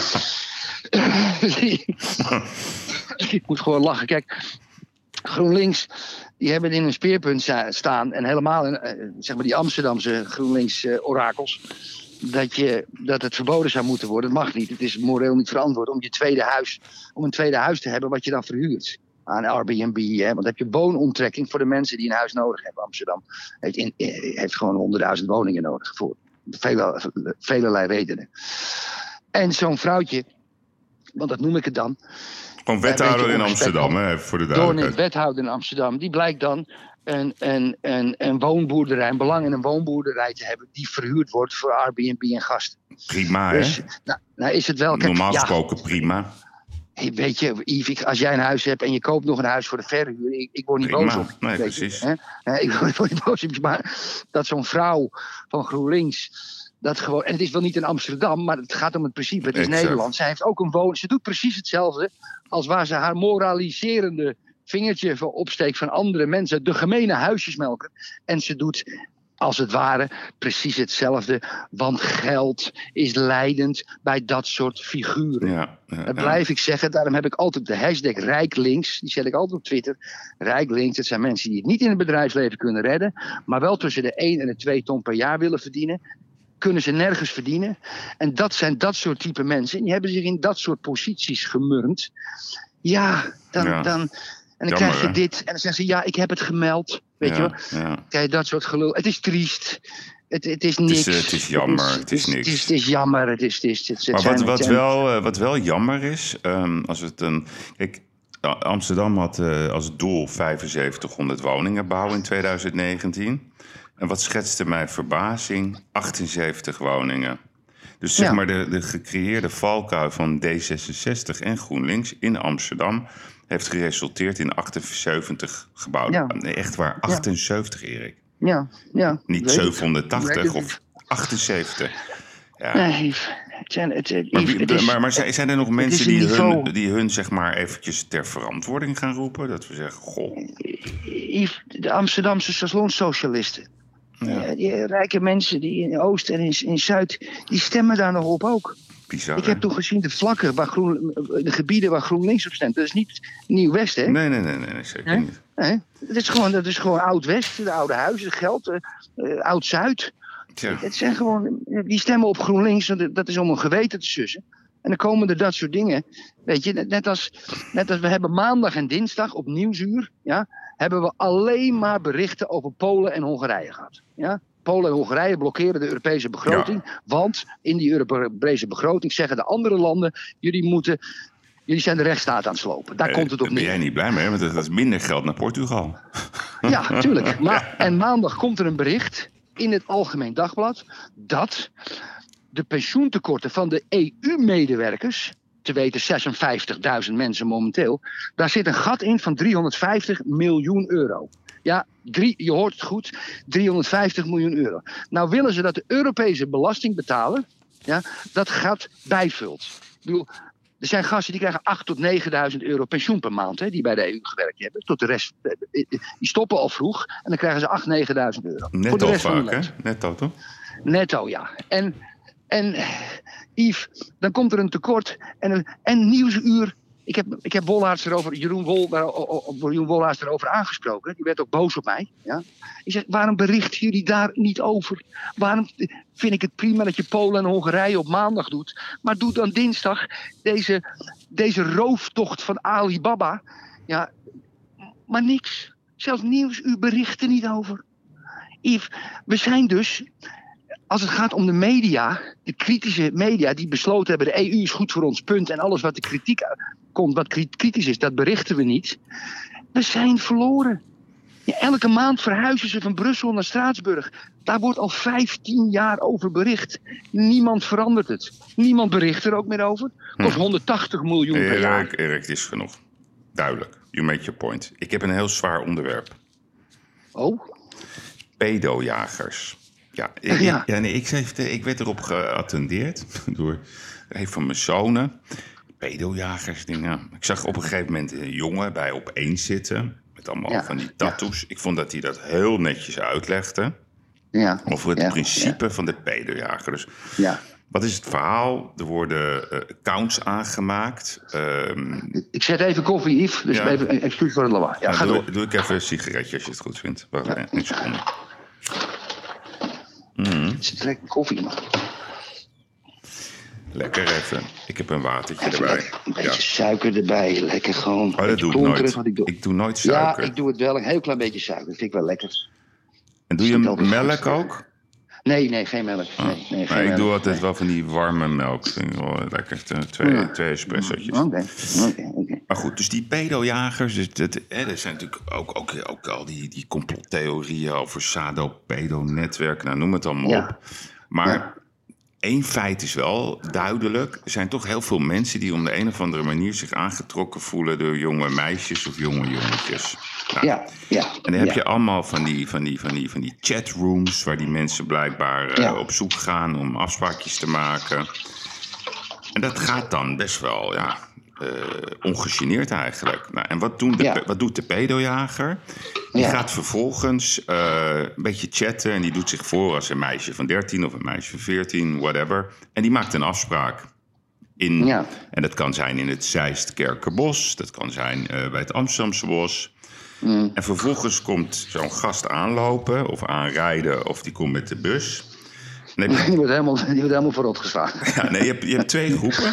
Ik moet gewoon lachen. Kijk, GroenLinks, die hebben in een speerpunt staan... en helemaal zeg maar die Amsterdamse GroenLinks-orakels... dat het verboden zou moeten worden. Het mag niet. Het is moreel niet verantwoord om een tweede huis te hebben... wat je dan verhuurt aan Airbnb. Hè? Want dan heb je woononttrekking voor de mensen die een huis nodig hebben. Amsterdam heeft gewoon 100.000 woningen nodig... voor velerlei redenen. En zo'n vrouwtje... want dat noem ik het dan... Gewoon wethouder in Amsterdam, hè, voor de duidelijkheid. Wethouder in Amsterdam, die blijkt dan een woonboerderij, een belang in een woonboerderij te hebben... die verhuurd wordt voor Airbnb en gasten. Prima, hè? Dus, nou is het wel... Kijk, normaal gesproken prima. Weet je, Yves, als jij een huis hebt en je koopt nog een huis voor de verhuur... Ik word niet boos op. Nee, precies. Ik word niet boos op, maar dat zo'n vrouw van GroenLinks... Dat gewoon, en het is wel niet in Amsterdam, maar het gaat om het principe. Het is Nederland. Zij heeft ook een woning. Ze doet precies hetzelfde als waar ze haar moraliserende vingertje voor opsteekt van andere mensen. De gemene huisjesmelker. En ze doet, als het ware, precies hetzelfde. Want geld is leidend bij dat soort figuren. Dat blijf ik zeggen. Daarom heb ik altijd de hashtag #RijkLinks. Die zet ik altijd op Twitter. #RijkLinks. Dat zijn mensen die het niet in het bedrijfsleven kunnen redden. Maar wel tussen de 1 en de 2 ton per jaar willen verdienen. Kunnen ze nergens verdienen. En dat zijn dat soort type mensen. En die hebben zich in dat soort posities gemurnd. Ja, dan krijg je dit. En dan zeggen ze, ik heb het gemeld. Weet je wel? Ja. Kijk, dat soort gelul. Het is triest. Het is niks. Het is jammer. Het is niks. Het is jammer. Maar wat wel jammer is... als het kijk, Amsterdam had als doel 7500 woningen bouwen in 2019... En wat schetste mij verbazing? 78 woningen. Dus zeg maar de gecreëerde valkuil van D66 en GroenLinks in Amsterdam... heeft geresulteerd in 78 gebouwen. Ja. Nee, echt waar, 78, Erik. Ja. Niet 780 of 78. Ja. Nee, maar zijn er nog mensen die hun zeg maar eventjes ter verantwoording gaan roepen? Dat we zeggen, goh... De Amsterdamse salonsocialisten... Ja. Die rijke mensen die in Oost en in Zuid, die stemmen daar nog op ook. Bizar, Ik heb toen gezien de vlakken, de gebieden waar GroenLinks op stemt. Dat is niet Nieuw-West, hè? Nee, zeker niet. Nee? Dat is gewoon Oud-West, de oude huizen, geld, Oud-Zuid. Tja. Het zijn gewoon, die stemmen op GroenLinks, dat is om een geweten te sussen. En dan komen er dat soort dingen. Weet je, net als we hebben maandag en dinsdag op Nieuwsuur, ja, hebben we alleen maar berichten over Polen en Hongarije gehad. Ja? Polen en Hongarije blokkeren de Europese begroting. Want in die Europese begroting zeggen de andere landen, jullie zijn de rechtsstaat aan het slopen. Daar komt het op neer. Daar ben jij niet blij mee, want dat is minder geld naar Portugal. Ja, natuurlijk. En maandag komt er een bericht in het Algemeen Dagblad dat de pensioentekorten van de EU-medewerkers, te weten 56.000 mensen momenteel, daar zit een gat in van 350 miljoen euro. Ja, je hoort het goed, 350 miljoen euro. Nou willen ze dat de Europese belastingbetaler dat gat bijvult. Ik bedoel, er zijn gasten die krijgen 8.000 tot 9.000 euro pensioen per maand, hè, die bij de EU gewerkt hebben. Tot de rest, die stoppen al vroeg en dan krijgen ze 8.000, 9.000 euro. Netto voor de rest vaak, hè? Netto, toch? Netto, ja. En Yves, dan komt er een tekort. En Nieuwsuur. Ik heb Jeroen Wollaars erover aangesproken. Die werd ook boos op mij. Ja. Ik zeg, waarom berichten jullie daar niet over? Waarom vind ik het prima dat je Polen en Hongarije op maandag doet? Maar doe dan dinsdag deze rooftocht van Alibaba. Ja, maar niks. Zelfs Nieuwsuur bericht er niet over. Yves, we zijn dus, als het gaat om de media, de kritische media die besloten hebben, de EU is goed voor ons, punt. En alles wat de kritiek komt, wat kritisch is, dat berichten we niet. We zijn verloren. Ja, elke maand verhuizen ze van Brussel naar Straatsburg. Daar wordt al 15 jaar over bericht. Niemand verandert het. Niemand bericht er ook meer over. Kost 180 miljoen per jaar. Erik, het is genoeg. Duidelijk. You make your point. Ik heb een heel zwaar onderwerp. Oh? Pedojagers. Ik werd erop geattendeerd door een van mijn zonen. Pedojagers, dingen. Ik zag op een gegeven moment een jongen bij Op1 zitten. Met allemaal van die tattoos. Ik vond dat hij dat heel netjes uitlegde. Ja. Over het principe van de pedojager. Dus wat is het verhaal? Er worden accounts aangemaakt. Ik zet even koffie, Yves. Dus even excuus voor het lawaai. Ja, ga door. Doe ik even een sigaretje als je het goed vindt. Wacht een seconde. Ze trekt koffie, man. Lekker even. Ik heb een watertje erbij. Een beetje suiker erbij. Lekker gewoon. Oh, dat doe ik nooit. Ik doe nooit suiker. Ja, ik doe het wel. Een heel klein beetje suiker. Dat vind ik wel lekker. En doe je melk ook? Nee, geen melk. Nee, geen melk. Doe altijd wel van die warme melk. Vind ik wel lekker. Twee espressootjes. Oké. Maar goed, dus die pedojagers. Er zijn natuurlijk ook al die complottheorieën over sado-pedo-netwerken. Nou, noem het allemaal op. Maar één feit is wel duidelijk. Er zijn toch heel veel mensen die om de een of andere manier zich aangetrokken voelen door jonge meisjes of jonge jongetjes. Nou, en dan heb je allemaal van die chatrooms waar die mensen blijkbaar op zoek gaan om afspraakjes te maken. En dat gaat dan best wel, ongegeneerd eigenlijk. Nou, en wat doet de pedojager? Die gaat vervolgens een beetje chatten en die doet zich voor als een meisje van 13 of een meisje van 14, whatever. En die maakt een afspraak. En dat kan zijn in het Zeist-Kerkerbos, dat kan zijn bij het Amsterdamse bos. En vervolgens komt zo'n gast aanlopen of aanrijden of die komt met de bus. Die wordt helemaal voorop geslagen. Ja, je hebt twee groepen.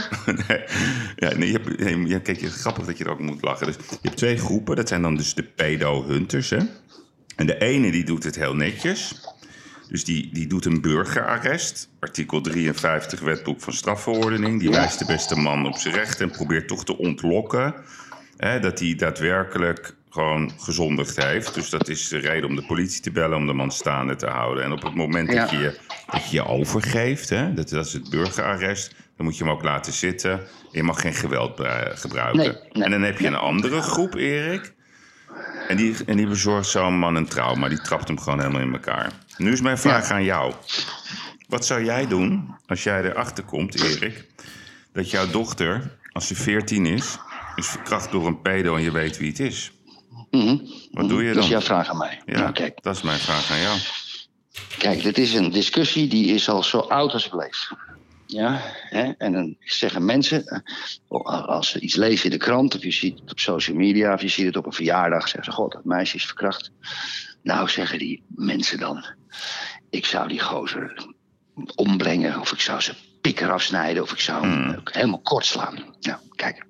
Kijk, het is grappig dat je er ook moet lachen. Dus je hebt twee groepen, dat zijn dan dus de pedo-hunters. Hè? En de ene die doet het heel netjes. Dus die doet een burgerarrest. Artikel 53 Wetboek van Strafverordening. Die wijst de beste man op zijn recht en probeert toch te ontlokken dat hij daadwerkelijk gewoon gezondigd heeft. Dus dat is de reden om de politie te bellen, om de man staande te houden. En op het moment dat je je overgeeft, dat is het burgerarrest, dan moet je hem ook laten zitten. Je mag geen geweld gebruiken. Nee. En dan heb je een andere groep, Erik. En die bezorgt zo'n man een trauma. Die trapt hem gewoon helemaal in elkaar. Nu is mijn vraag aan jou. Wat zou jij doen als jij erachter komt, Erik, dat jouw dochter, als ze 14 is verkracht door een pedo en je weet wie het is? Wat doe je dan? Dat is jouw vraag aan mij. Ja, kijk. Dat is mijn vraag aan jou. Kijk, dit is een discussie die is al zo oud als ik leef. Ja, hè? En dan zeggen mensen, als ze iets lezen in de krant, of je ziet het op social media, of je ziet het op een verjaardag, zeggen ze, god, dat meisje is verkracht. Nou, zeggen die mensen dan, ik zou die gozer ombrengen, of ik zou ze pik eraf snijden, of ik zou hem helemaal kort slaan. Nou, kijk.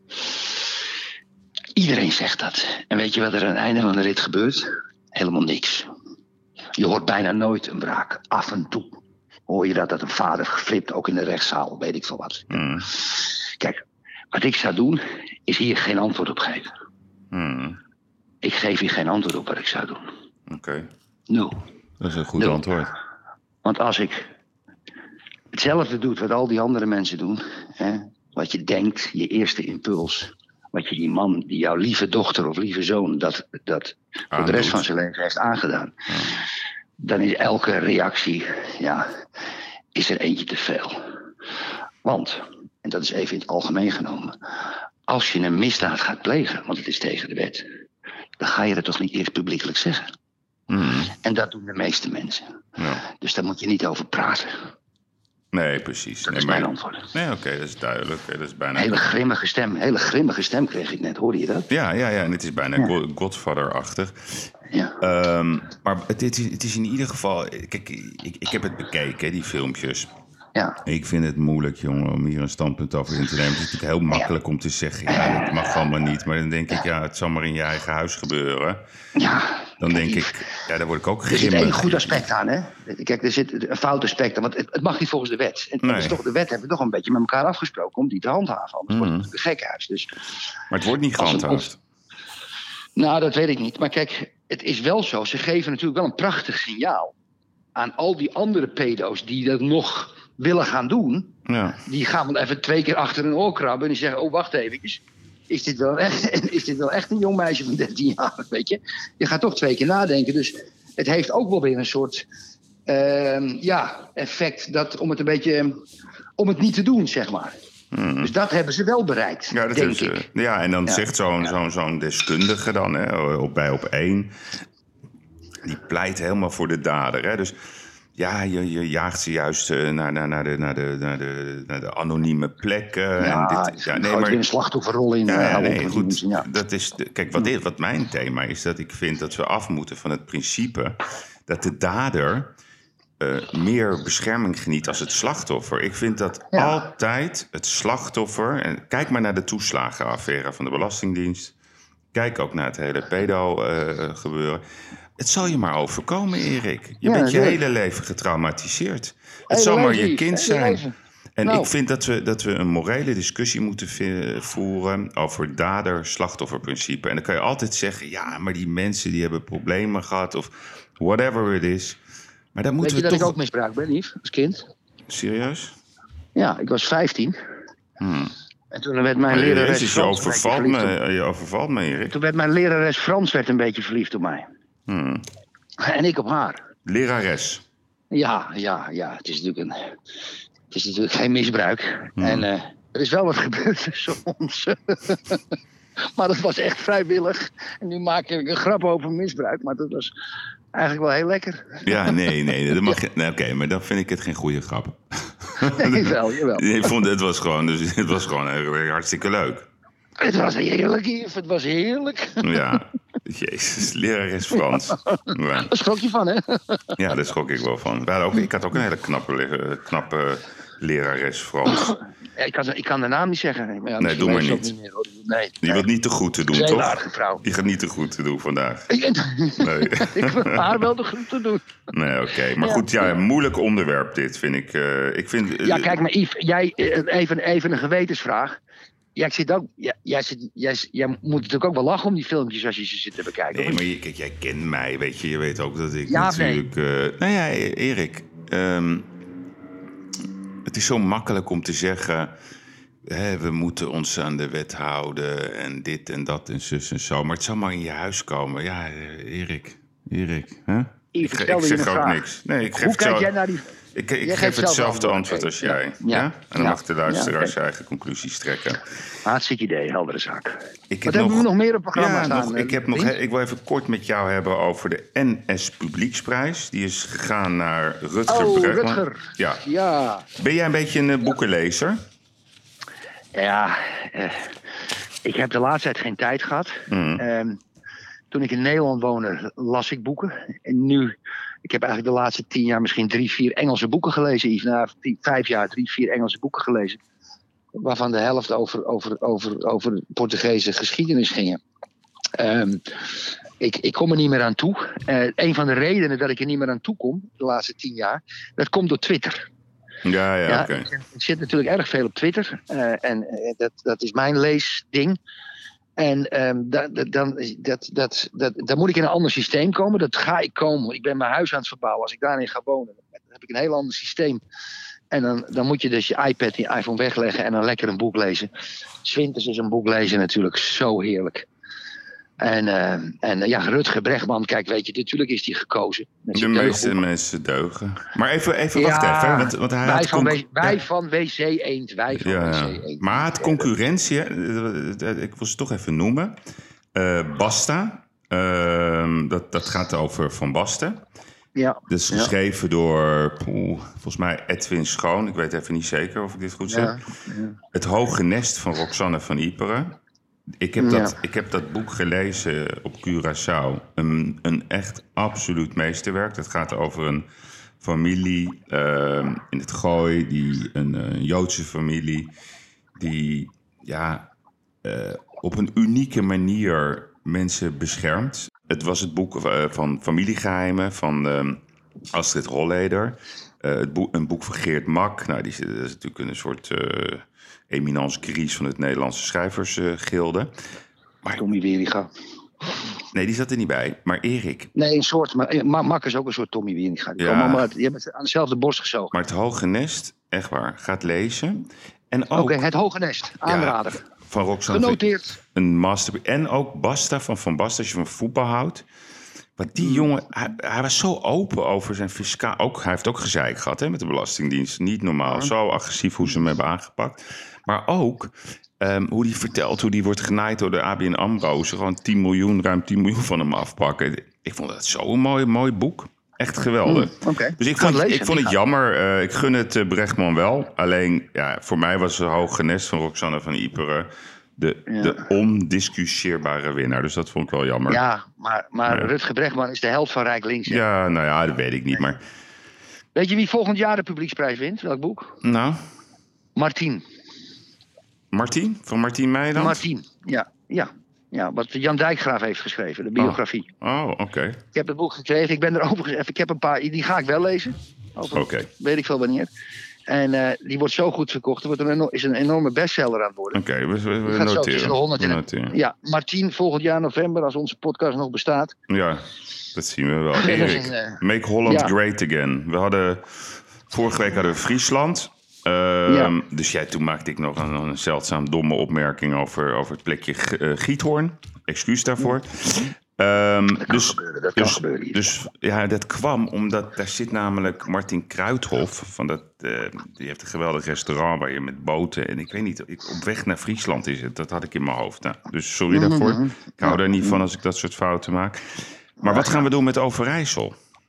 Iedereen zegt dat. En weet je wat er aan het einde van de rit gebeurt? Helemaal niks. Je hoort bijna nooit een wraak. Af en toe hoor je dat een vader geflipt, ook in de rechtszaal, weet ik veel wat. Kijk, wat ik zou doen, is hier geen antwoord op geven. Ik geef hier geen antwoord op wat ik zou doen. Oké. Nul. Dat is een goed antwoord. Want als ik hetzelfde doe wat al die andere mensen doen, hè, wat je denkt, je eerste impuls, wat je die man, die jouw lieve dochter of lieve zoon, dat voor de rest van zijn leven heeft aangedaan, dan is elke reactie, is er eentje te veel. Want, en dat is even in het algemeen genomen, als je een misdaad gaat plegen, want het is tegen de wet, dan ga je dat toch niet eerst publiekelijk zeggen. En dat doen de meeste mensen. Ja. Dus daar moet je niet over praten. Nee, precies. Dat is mijn antwoord. Nee, oké, dat is duidelijk. Dat is bijna... Hele grimmige stem kreeg ik net, hoorde je dat? Ja, en het is bijna Godfather-achtig. Ja. Maar het is in ieder geval... Kijk, ik heb het bekeken, die filmpjes. Ja. Ik vind het moeilijk, jongen, om hier een standpunt over in te nemen. Het is natuurlijk heel makkelijk om te zeggen, dat mag allemaal niet. Maar dan denk ik, het zal maar in je eigen huis gebeuren. Ja. Dan denk ik, daar word ik ook grimmig. Er zit één goed aspect aan, hè? Kijk, er zit een fout aspect aan, want het mag niet volgens de wet. En dus toch, de wet hebben we toch een beetje met elkaar afgesproken om die te handhaven. Anders wordt het een gekhuis. Dus maar het wordt niet gehandhaafd. Nou, dat weet ik niet. Maar kijk, het is wel zo. Ze geven natuurlijk wel een prachtig signaal aan al die andere pedo's die dat nog willen gaan doen. Ja. Die gaan wel even 2 keer achter een oor krabben en die zeggen, oh, wacht even. Is dit wel echt een jong meisje van 13 jaar, weet je? Je gaat toch 2 keer nadenken. Dus het heeft ook wel weer een soort effect dat om het een beetje om het niet te doen, zeg maar. Dus dat hebben ze wel bereikt, denk ik. Ja, en dan zegt zo'n deskundige dan, hè, op 1... die pleit helemaal voor de dader, hè. Dus ja, je jaagt ze juist naar de anonieme plekken. Maar een slachtofferrol in. Goed. Ja. Dat is kijk, wat mijn thema is, dat ik vind dat we af moeten van het principe dat de dader meer bescherming geniet als het slachtoffer. Ik vind dat altijd het slachtoffer... En kijk maar naar de toeslagenaffaire van de Belastingdienst. Kijk ook naar het hele pedo-gebeuren. Het zal je maar overkomen, Erik. Je bent je hele leven getraumatiseerd. Het zal maar je kind zijn. En ik vind dat we een morele discussie moeten voeren over dader-slachtofferprincipe. En dan kan je altijd zeggen, maar die mensen die hebben problemen gehad of whatever it is. Maar dan moeten Weet je dat ik ook misbruikt ben, Yves, als kind? Serieus? Ja, ik was 15. En toen werd mijn lerares Frans... Je overvalt me, Erik. Toen werd mijn lerares Frans een beetje verliefd op mij. En ik op haar. Lerares? Ja. Het is natuurlijk geen misbruik. En er is wel wat gebeurd tussen ons. Maar dat was echt vrijwillig. En nu maak ik een grap over misbruik. Maar dat was eigenlijk wel heel lekker. Ja, nee. Dat mag je... Nee, oké, maar dan vind ik het geen goede grap. Nee, jawel. Het was gewoon hartstikke leuk. Het was heerlijk, Yves. Het was heerlijk. Ja. Jezus, lerares Frans. Ja. Daar schrok je van, hè? Ja, daar schrok ik wel van. Ik had ook een hele knappe lerares Frans. Ja, ik kan de naam niet zeggen. Maar nee, doe maar niet. Nee. Je wilt niet te goed te doen, toch? Een aardige vrouw. Je gaat niet te goed te doen vandaag. Nee. Ik wil haar wel te goed te doen. Nee, oké. Maar goed, moeilijk onderwerp dit, vind ik. Kijk maar, Yves, jij, even een gewetensvraag. Jij moet natuurlijk ook wel lachen om die filmpjes als je ze zit te bekijken. Nee, maar kijk, jij kent mij, weet je. Je weet ook dat ik natuurlijk... Erik. Het is zo makkelijk om te zeggen... we moeten ons aan de wet houden en dit en dat en zus en zo. Maar het zal maar in je huis komen. Ja, Erik. Hè? Ik zeg ook niks. Nee, Hoe kijk jij naar die... Ik geef hetzelfde antwoord als jij. Ja. En dan mag de luisteraar oké. zijn eigen conclusies trekken. Hartstikke idee, heldere zaak. Wat hebben we nog meer op programma staan? Ik wil even kort met jou hebben over de NS Publieksprijs. Die is gegaan naar Rutger Bregman. Rutger. Ja. Ben jij een beetje een boekenlezer? Ja, ik heb de laatste tijd geen tijd gehad. Toen ik in Nederland woonde, las ik boeken. En nu, ik heb eigenlijk de laatste 10 jaar misschien 3-4 Engelse boeken gelezen. Yves. Na 5 jaar 3-4 Engelse boeken gelezen. Waarvan de helft over Portugese geschiedenis gingen. Ik kom er niet meer aan toe. Een van de redenen dat ik er niet meer aan toe kom, de laatste 10 jaar, dat komt door Twitter. Ja, oké. Ik zit natuurlijk erg veel op Twitter. En dat is mijn leesding. En dan moet ik in een ander systeem komen. Dat ga ik komen. Ik ben mijn huis aan het verbouwen. Als ik daarin ga wonen, dan heb ik een heel ander systeem. En dan moet je dus je iPad en je iPhone wegleggen en dan lekker een boek lezen. 's Winters is een boek lezen natuurlijk zo heerlijk. En Rutger Bregman, kijk, weet je, natuurlijk is die gekozen. De meeste mensen deugen. Maar even wacht even. Want hij wij van WC Eend. WC Eend. Maar het concurrentie, ik wil ze toch even noemen. Basta. Dat gaat over Van Basten. Ja. Dat is geschreven door, volgens mij, Edwin Schoon. Ik weet even niet zeker of ik dit goed zeg. Ja. Het Hoge Nest van Roxanne van Iperen. Ik heb dat boek gelezen op Curaçao. Een echt absoluut meesterwerk. Dat gaat over een familie in het Gooi. Een Joodse familie. Die op een unieke manier mensen beschermt. Het was het boek van Familiegeheimen van Astrid Holleder. Een boek van Geert Mak. Nou, dat is natuurlijk een soort eminence grise van het Nederlandse schrijversgilde. Tommy Wieringa. Nee, die zat er niet bij. Maar Erik. Nee, een soort. Maar Mak is ook een soort Tommy Wieringa. Die hebben aan dezelfde borst gezogen. Maar het Hoge Nest, echt waar, gaat lezen. En ook het Hoge Nest, aanrader. Ja, van Roxanne. Genoteerd. Een master. En ook Basta van Basta, als je van voetbal houdt. Want die jongen, hij was zo open over zijn fiscaal. Hij heeft ook gezeik gehad met de Belastingdienst. Niet normaal, zo agressief hoe ze hem hebben aangepakt. Maar ook hoe hij vertelt hoe die wordt genaaid door de ABN AMRO. Ze gewoon ruim 10 miljoen van hem afpakken. Ik vond dat zo'n mooi boek. Echt geweldig. Dus ik vond het jammer. Ik gun het Bregman wel. Alleen, voor mij was het Hoge Nest van Roxanne van Iperen de ondiscussieerbare winnaar. Dus dat vond ik wel jammer. Ja, maar Rutger Bregman is de held van Rijk Links. Hè? Ja, nou ja, dat weet ik niet. Maar weet je wie volgend jaar de publieksprijs wint? Welk boek? Nou? Martien? Van Martien Meiland? Martien, ja, wat Jan Dijkgraaf heeft geschreven, de biografie. Oké. Ik heb het boek gekregen, ik ben er overigens. Ik heb een paar, die ga ik wel lezen. Weet ik veel wanneer. En die wordt zo goed verkocht. Is een enorme bestseller aan het worden. Oké, we noteren. Ja, Martien, volgend jaar november, als onze podcast nog bestaat. Ja, dat zien we wel. Erik, Make Holland Great Again. Vorige week hadden we Friesland. Dus toen maakte ik nog een zeldzaam domme opmerking over het plekje Giethoorn. Excuus daarvoor. Dat kan gebeuren. Dus dat kwam omdat daar zit namelijk Martin Kruithof. Die heeft een geweldig restaurant waar je met boten. En ik weet niet, op weg naar Friesland is het. Dat had ik in mijn hoofd. Nou, dus sorry daarvoor. Ik hou daar niet van als ik dat soort fouten maak. Maar wat gaan we doen met Overijssel?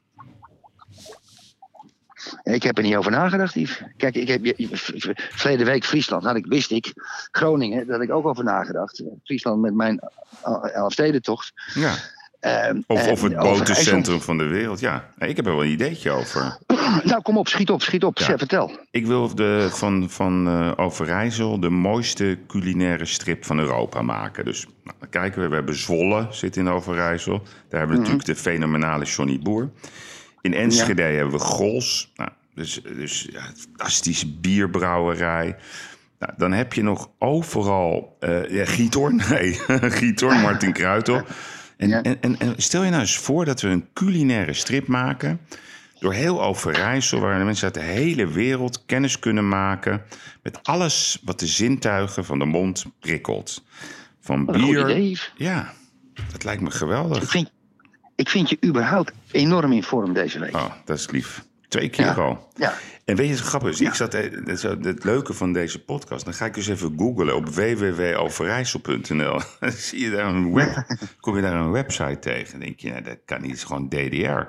Ik heb er niet over nagedacht, Yves. Kijk, ik heb verleden week Friesland, wist ik. Groningen, daar had ik ook over nagedacht. Friesland met mijn Elfstedentocht. Ja. Of het botencentrum van de wereld. Ja, ik heb er wel een ideetje over. Nou, kom op, schiet op. Ja. Vertel. Ik wil van Overijssel de mooiste culinaire strip van Europa maken. Dus dan kijken we. We hebben Zwolle, zit in Overijssel. Daar hebben we natuurlijk de fenomenale Johnny Boer. In Enschede hebben we Grols. Nou, dus fantastische bierbrouwerij. Nou, dan heb je nog overal Giethoorn. Nee, Giethoorn, Martin Kruithof. En stel je nou eens voor dat we een culinaire strip maken door heel Overijssel, waar de mensen uit de hele wereld kennis kunnen maken met alles wat de zintuigen van de mond prikkelt. Van bier. Een goed idee. Ja, dat lijkt me geweldig. Ik vind je überhaupt enorm in vorm deze week. Oh, dat is lief. 2 keer al. Ja. En weet je, het grappig is, ik zat het leuke van deze podcast, dan ga ik dus even googlen op www.overijssel.nl. Dan zie je daar kom je daar een website tegen. Dan denk je, nou, dat kan niet, het is gewoon DDR.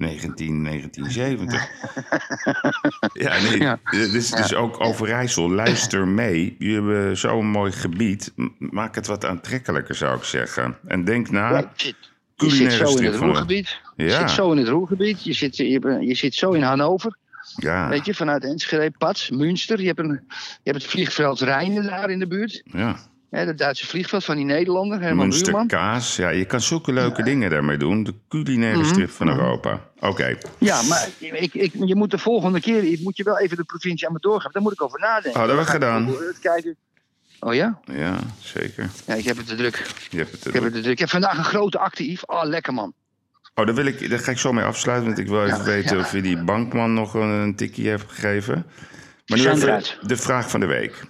1970. Ja, nee. Ja. Dus ook Overijssel, luister mee. Jullie hebben zo'n mooi gebied. Maak het wat aantrekkelijker, zou ik zeggen. En denk na. Ja, je zit zo in het Roergebied. Je zit zo in het Roergebied. Je zit zo in Hannover. Ja. Weet je, vanuit Enschede, Pats, Münster. Je hebt het vliegveld Rijnen daar in de buurt. Ja. Het Duitse vliegveld van die Nederlander, Herman Münster Buurman. kaas. Ja, je kan zulke leuke dingen daarmee doen. De culinaire strip van Europa. Oké. Ja, maar je moet de volgende keer moet je wel even de provincie aan me doorgaan. Daar moet ik over nadenken. Oh, dat hebben we gedaan. Kijken. Oh ja? Ja, zeker. Ja, ik heb het te druk. Je hebt het te Ik heb het te druk. Ik heb vandaag een grote acte, Yves. Oh, lekker man. Oh, daar ga ik zo mee afsluiten. Want ik wil even weten of je die bankman nog een tikkie hebt gegeven. Maar nu even de vraag van de week.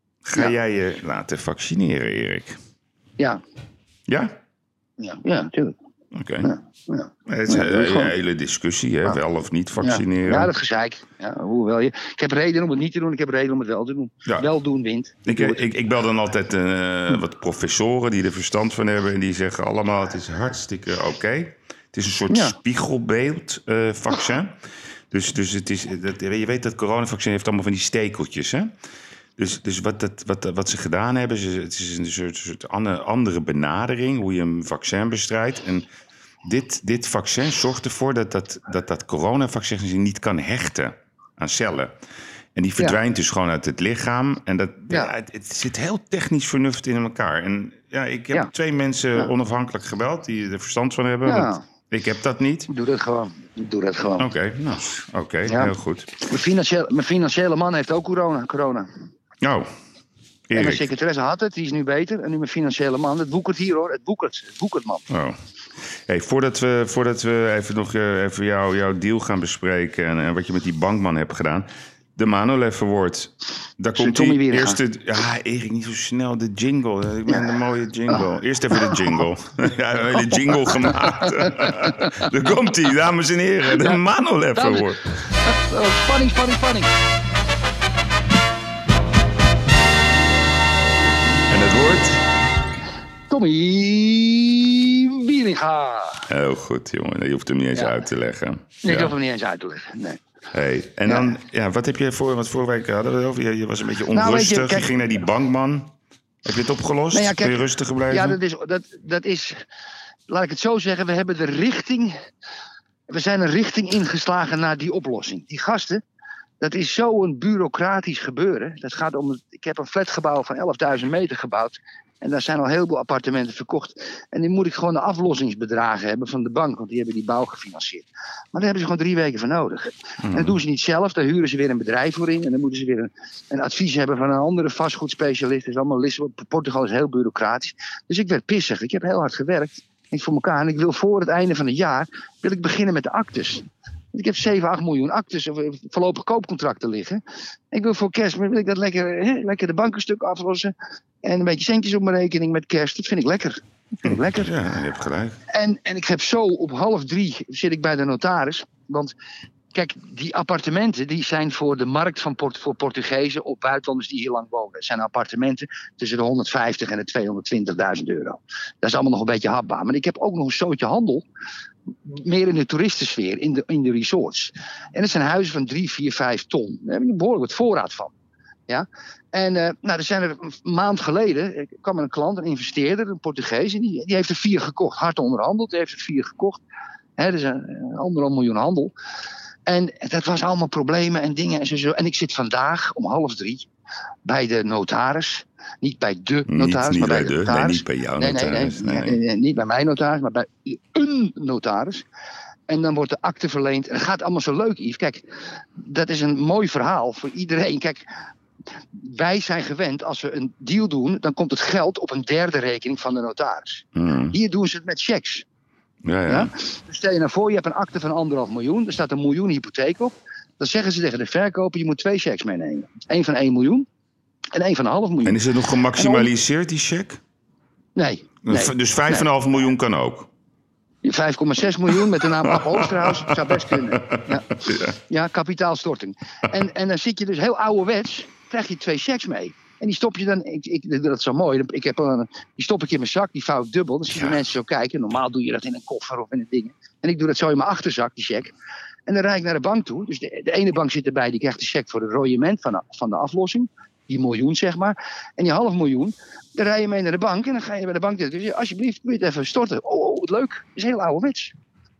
Ga jij je laten vaccineren, Erik? Ja. Ja? Ja, natuurlijk. Oké. Ja. Het is een hele discussie, hè? Wel of niet vaccineren. Ja, dat gezeik. Ja, hoewel ik heb reden om het niet te doen, ik heb reden om het wel te doen. Ja. Wel doen wint. Ik bel dan altijd wat professoren die er verstand van hebben. En die zeggen allemaal, het is hartstikke oké. Het is een soort spiegelbeeld vaccin. Dus het is, je weet dat coronavaccin heeft allemaal van die stekeltjes, hè? Dus wat ze gedaan hebben, het is een soort andere benadering hoe je een vaccin bestrijdt. En dit vaccin zorgt ervoor dat coronavaccin zich niet kan hechten aan cellen. En die verdwijnt dus gewoon uit het lichaam. En het zit heel technisch vernuft in elkaar. En ik heb 2 mensen onafhankelijk gebeld die er verstand van hebben. Ja. Want ik heb dat niet. Doe dat gewoon. Oké, heel goed. Mijn financiële man heeft ook corona. Oh, en mijn secretaresse had het, die is nu beter. En nu mijn financiële man, het boekert hier hoor, het boekert man. Oh. Hey, voordat we even nog even jouw deal gaan bespreken en wat je met die bankman hebt gedaan. De Manolev Award. Daar komt die eerste... Ja, Erik, niet zo snel. De jingle. Ik ben de mooie jingle. Eerst even de jingle. Ja, we hebben de jingle gemaakt. Daar komt hij, dames en heren. De Manolev Award. Spanning. En het woord? Tommy Wieringa. Heel goed, jongen. Je hoeft hem niet eens uit te leggen. Nee, ik hoef hem niet eens uit te leggen, nee. Hey, en dan, wat heb je vorige week hadden we over? Je was een beetje onrustig, je ging naar die bankman. Heb je het opgelost? Nou ben je rustig gebleven? Ja, dat is, laat ik het zo zeggen, we zijn een richting ingeslagen naar die oplossing. Die gasten, dat is zo'n bureaucratisch gebeuren. Dat gaat ik heb een flatgebouw van 11.000 meter gebouwd. En daar zijn al heel veel appartementen verkocht. En nu moet ik gewoon de aflossingsbedragen hebben van de bank. Want die hebben die bouw gefinancierd. Maar daar hebben ze gewoon 3 weken voor nodig. En dat doen ze niet zelf. Daar huren ze weer een bedrijf voor in. En dan moeten ze weer een advies hebben van een andere vastgoedspecialist. Dat is allemaal Lissabon. Portugal is heel bureaucratisch. Dus ik werd pissig. Ik heb heel hard gewerkt. Niet voor elkaar. En ik wil voor het einde van het jaar beginnen met de actes. Ik heb 7-8 miljoen actes of voorlopig koopcontracten liggen. Ik wil voor kerst wil ik dat lekker de bankenstuk aflossen. En een beetje centjes op mijn rekening met kerst. Dat vind ik lekker. Ja, je hebt gelijk. En ik heb zo op 2:30 zit ik bij de notaris. Want kijk, die appartementen die zijn voor de markt voor Portugezen of buitenlanders die hier lang wonen. Het zijn appartementen tussen de 150 en de 220.000 euro. Dat is allemaal nog een beetje hapbaar. Maar ik heb ook nog een zootje handel. Meer in de toeristensfeer, in de resorts. En het zijn huizen van 3, 4, 5 ton. Daar heb ik behoorlijk wat voorraad van. Ja? En er zijn er een maand geleden, kwam er een klant, een investeerder, een Portugees. En die heeft er 4 gekocht. Hard onderhandeld, die heeft er 4 gekocht. Dus een 1,5 miljoen handel. En dat was allemaal problemen en dingen. En ik zit vandaag om 2:30 bij de notaris. Niet bij de notaris, maar bij de notaris. Nee, niet bij jouw notaris. Nee, niet bij mijn notaris, maar bij een notaris. En dan wordt de akte verleend. En het gaat allemaal zo leuk, Yves. Kijk, dat is een mooi verhaal voor iedereen. Kijk, wij zijn gewend, als we een deal doen, dan komt het geld op een derde rekening van de notaris. Hier doen ze het met checks. Ja? Dus stel je nou voor, je hebt een akte van 1,5 miljoen. Er staat 1 miljoen hypotheek op. Dan zeggen ze tegen de verkoper, je moet 2 checks meenemen. 1 van 1 miljoen en 1 van 1,5 miljoen. En is het nog gemaximaliseerd, die cheque? Nee. Dus 5,5 miljoen kan ook? Je 5,6 miljoen met de naam Ab Oosterhuis. Zou best kunnen. Ja, kapitaalstorting. En dan zit je dus heel ouderwets. Krijg je 2 checks mee. En die stop je dan. Dat is zo mooi. Die stop ik in mijn zak. Die vouw ik dubbel. Dan zien de mensen zo kijken. Normaal doe je dat in een koffer of in een ding. En ik doe dat zo in mijn achterzak, die check. En dan rijd ik naar de bank toe. Dus de ene bank zit erbij. Die krijgt de check voor het rooiement van de aflossing. Die miljoen, zeg maar. En die 500.000. Dan rij je mee naar de bank. En dan ga je bij de bank zitten. Alsjeblieft, wil je het even storten? Oh, wat leuk. Dat is heel ouderwets.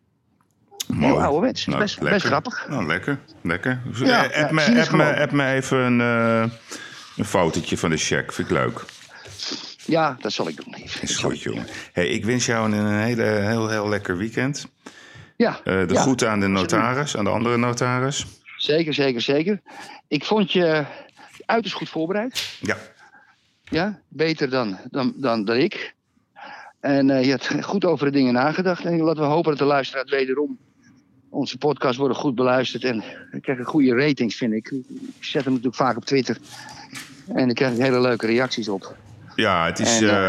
Heel ouderwets. Nou, best grappig. Nou, lekker. Ja, App me even een fotootje van de check. Vind ik leuk. Ja, dat zal ik doen. Is goed, jongen. Hey, ik wens jou een heel lekker weekend. Ja. Groeten aan de notaris, aan de andere notaris. Zeker. Ik vond je uiterst goed voorbereid. Ja. Ja, beter dan ik. En je hebt goed over de dingen nagedacht. En laten we hopen dat de luisteraars wederom onze podcast worden goed beluisterd. En we krijgen goede ratings, vind ik. Ik zet hem natuurlijk vaak op Twitter. En daar krijg ik hele leuke reacties op. Ja, het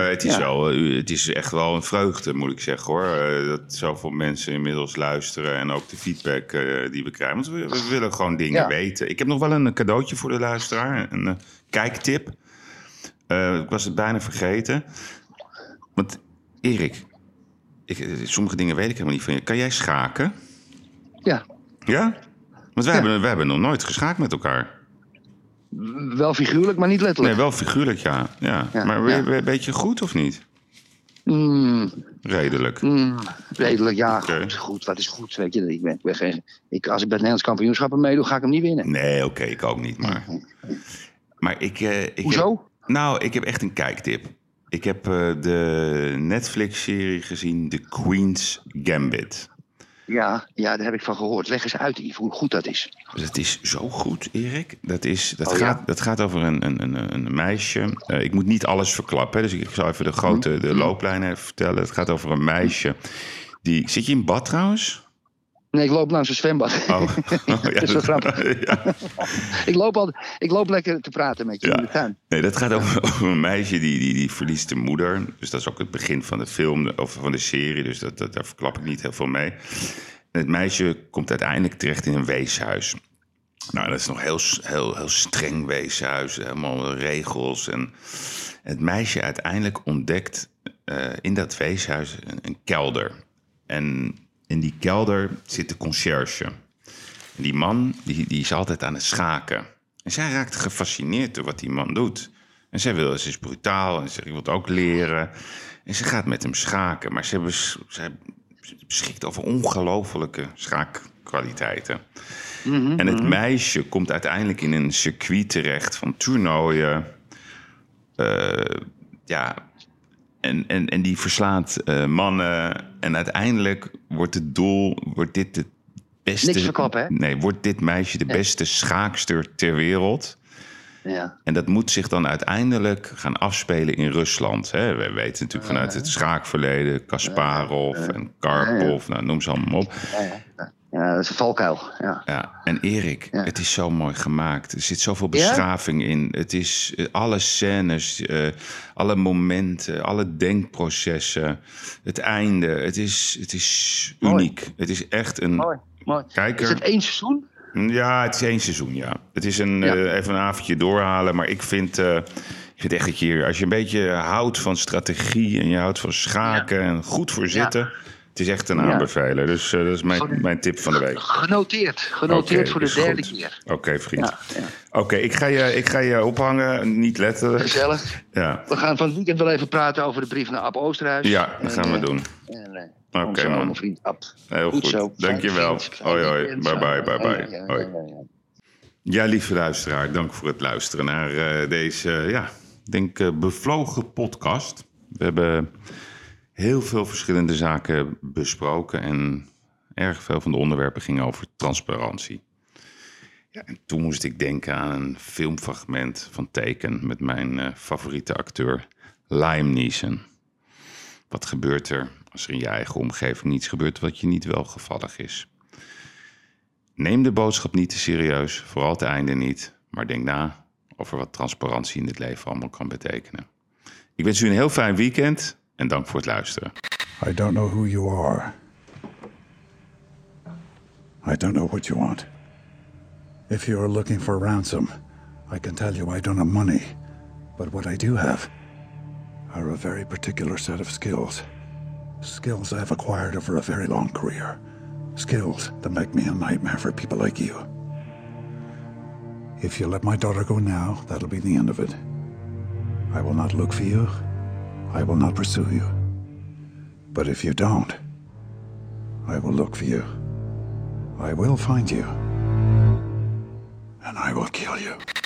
is echt wel een vreugde, moet ik zeggen, hoor. Dat zoveel mensen inmiddels luisteren en ook de feedback die we krijgen. Want we willen gewoon dingen weten. Ik heb nog wel een cadeautje voor de luisteraar. Een kijktip. Ik was het bijna vergeten. Want Erik, sommige dingen weet ik helemaal niet van je. Kan jij schaken? Ja. Ja? Want wij hebben nog nooit geschaakt met elkaar. Wel figuurlijk, maar niet letterlijk. Nee, wel figuurlijk, ja. Maar weet je goed of niet? Redelijk. Redelijk, ja. Okay. Goed, wat is goed? Weet je, ik ben geen... Als ik bij het Nederlands kampioenschappen meedoe, ga ik hem niet winnen. Nee, oké, ik ook niet. Maar ik Hoezo? Ik heb echt een kijktip. Ik heb de Netflix-serie gezien, The Queen's Gambit. Ja, daar heb ik van gehoord. Leg eens uit, Yves, hoe goed dat is. Dat is zo goed, Erik. Dat gaat over een meisje. Ik moet niet alles verklappen, dus ik zal even de looplijnen even vertellen. Het gaat over een meisje. Zit je in bad trouwens? Nee, ik loop langs een zwembad. Oh. Dat is zo grappig. Ja. Ik loop lekker te praten met je in de tuin. Nee, dat gaat over een meisje die verliest de moeder. Dus dat is ook het begin van de film of van de serie. Dus daar verklap ik niet heel veel mee. En het meisje komt uiteindelijk terecht in een weeshuis. Nou, dat is nog heel streng weeshuis. Helemaal regels. En het meisje uiteindelijk ontdekt in dat weeshuis een kelder. En in die kelder zit de conciërge. En die man die is altijd aan het schaken. En zij raakt gefascineerd door wat die man doet. En ze is brutaal en ze zegt, ik wil het ook leren. En ze gaat met hem schaken. Maar zij beschikt over ongelofelijke schaakkwaliteiten. En het meisje komt uiteindelijk in een circuit terecht van toernooien. En die verslaat mannen. En uiteindelijk wordt dit het beste... Niks verklappen, hè? Nee, wordt dit meisje de beste schaakster ter wereld. Ja. En dat moet zich dan uiteindelijk gaan afspelen in Rusland. Hè? We weten natuurlijk vanuit het schaakverleden... Kasparov en Karpov, nou, noem ze allemaal op. Ja, dat is een valkuil. Ja. En Erik, het is zo mooi gemaakt. Er zit zoveel beschaving in. Het is alle scènes, alle momenten, alle denkprocessen, het einde. Het is uniek. Het is echt een... Mooi. Kijker. Is het 1 seizoen? Ja, het is 1 seizoen, ja. Het is even een avondje doorhalen. Maar ik vind echt dat als je een beetje houdt van strategie... en je houdt van schaken en goed voor zitten... Het is echt een aanbeveler. Dus dat is mijn tip van de week. Genoteerd voor de derde keer. Oké, vriend. Oké, ik ga je ophangen. Niet letterlijk. Gezellig. Ja. We gaan van het weekend wel even praten over de brief naar Ab Oosterhuis. Ja, dat gaan we doen. Oké, man. Mijn vriend Ab. Heel goed. Zo. Dankjewel. Hoi. Bye. Hoi. Ja, lieve luisteraar. Dank voor het luisteren naar deze, bevlogen podcast. We hebben... heel veel verschillende zaken besproken en erg veel van de onderwerpen gingen over transparantie. Ja, en toen moest ik denken aan een filmfragment van Taken met mijn favoriete acteur Liam Neeson. Wat gebeurt er als er in je eigen omgeving niets gebeurt wat je niet welgevallig is? Neem de boodschap niet te serieus, vooral het einde niet, maar denk na over wat transparantie in dit leven allemaal kan betekenen. Ik wens u een heel fijn weekend. En dank voor het luisteren. I don't know who you are, I don't know what you want. If you're looking for ransom, I can tell you I don't have money. But what I do have are a very particular set of skills. Skills I've acquired over a very long career. Skills that make me a nightmare for people like you. If you let my daughter go now, that'll be the end of it. I will not look for you. I will not pursue you. But if you don't, I will look for you. I will find you. And I will kill you.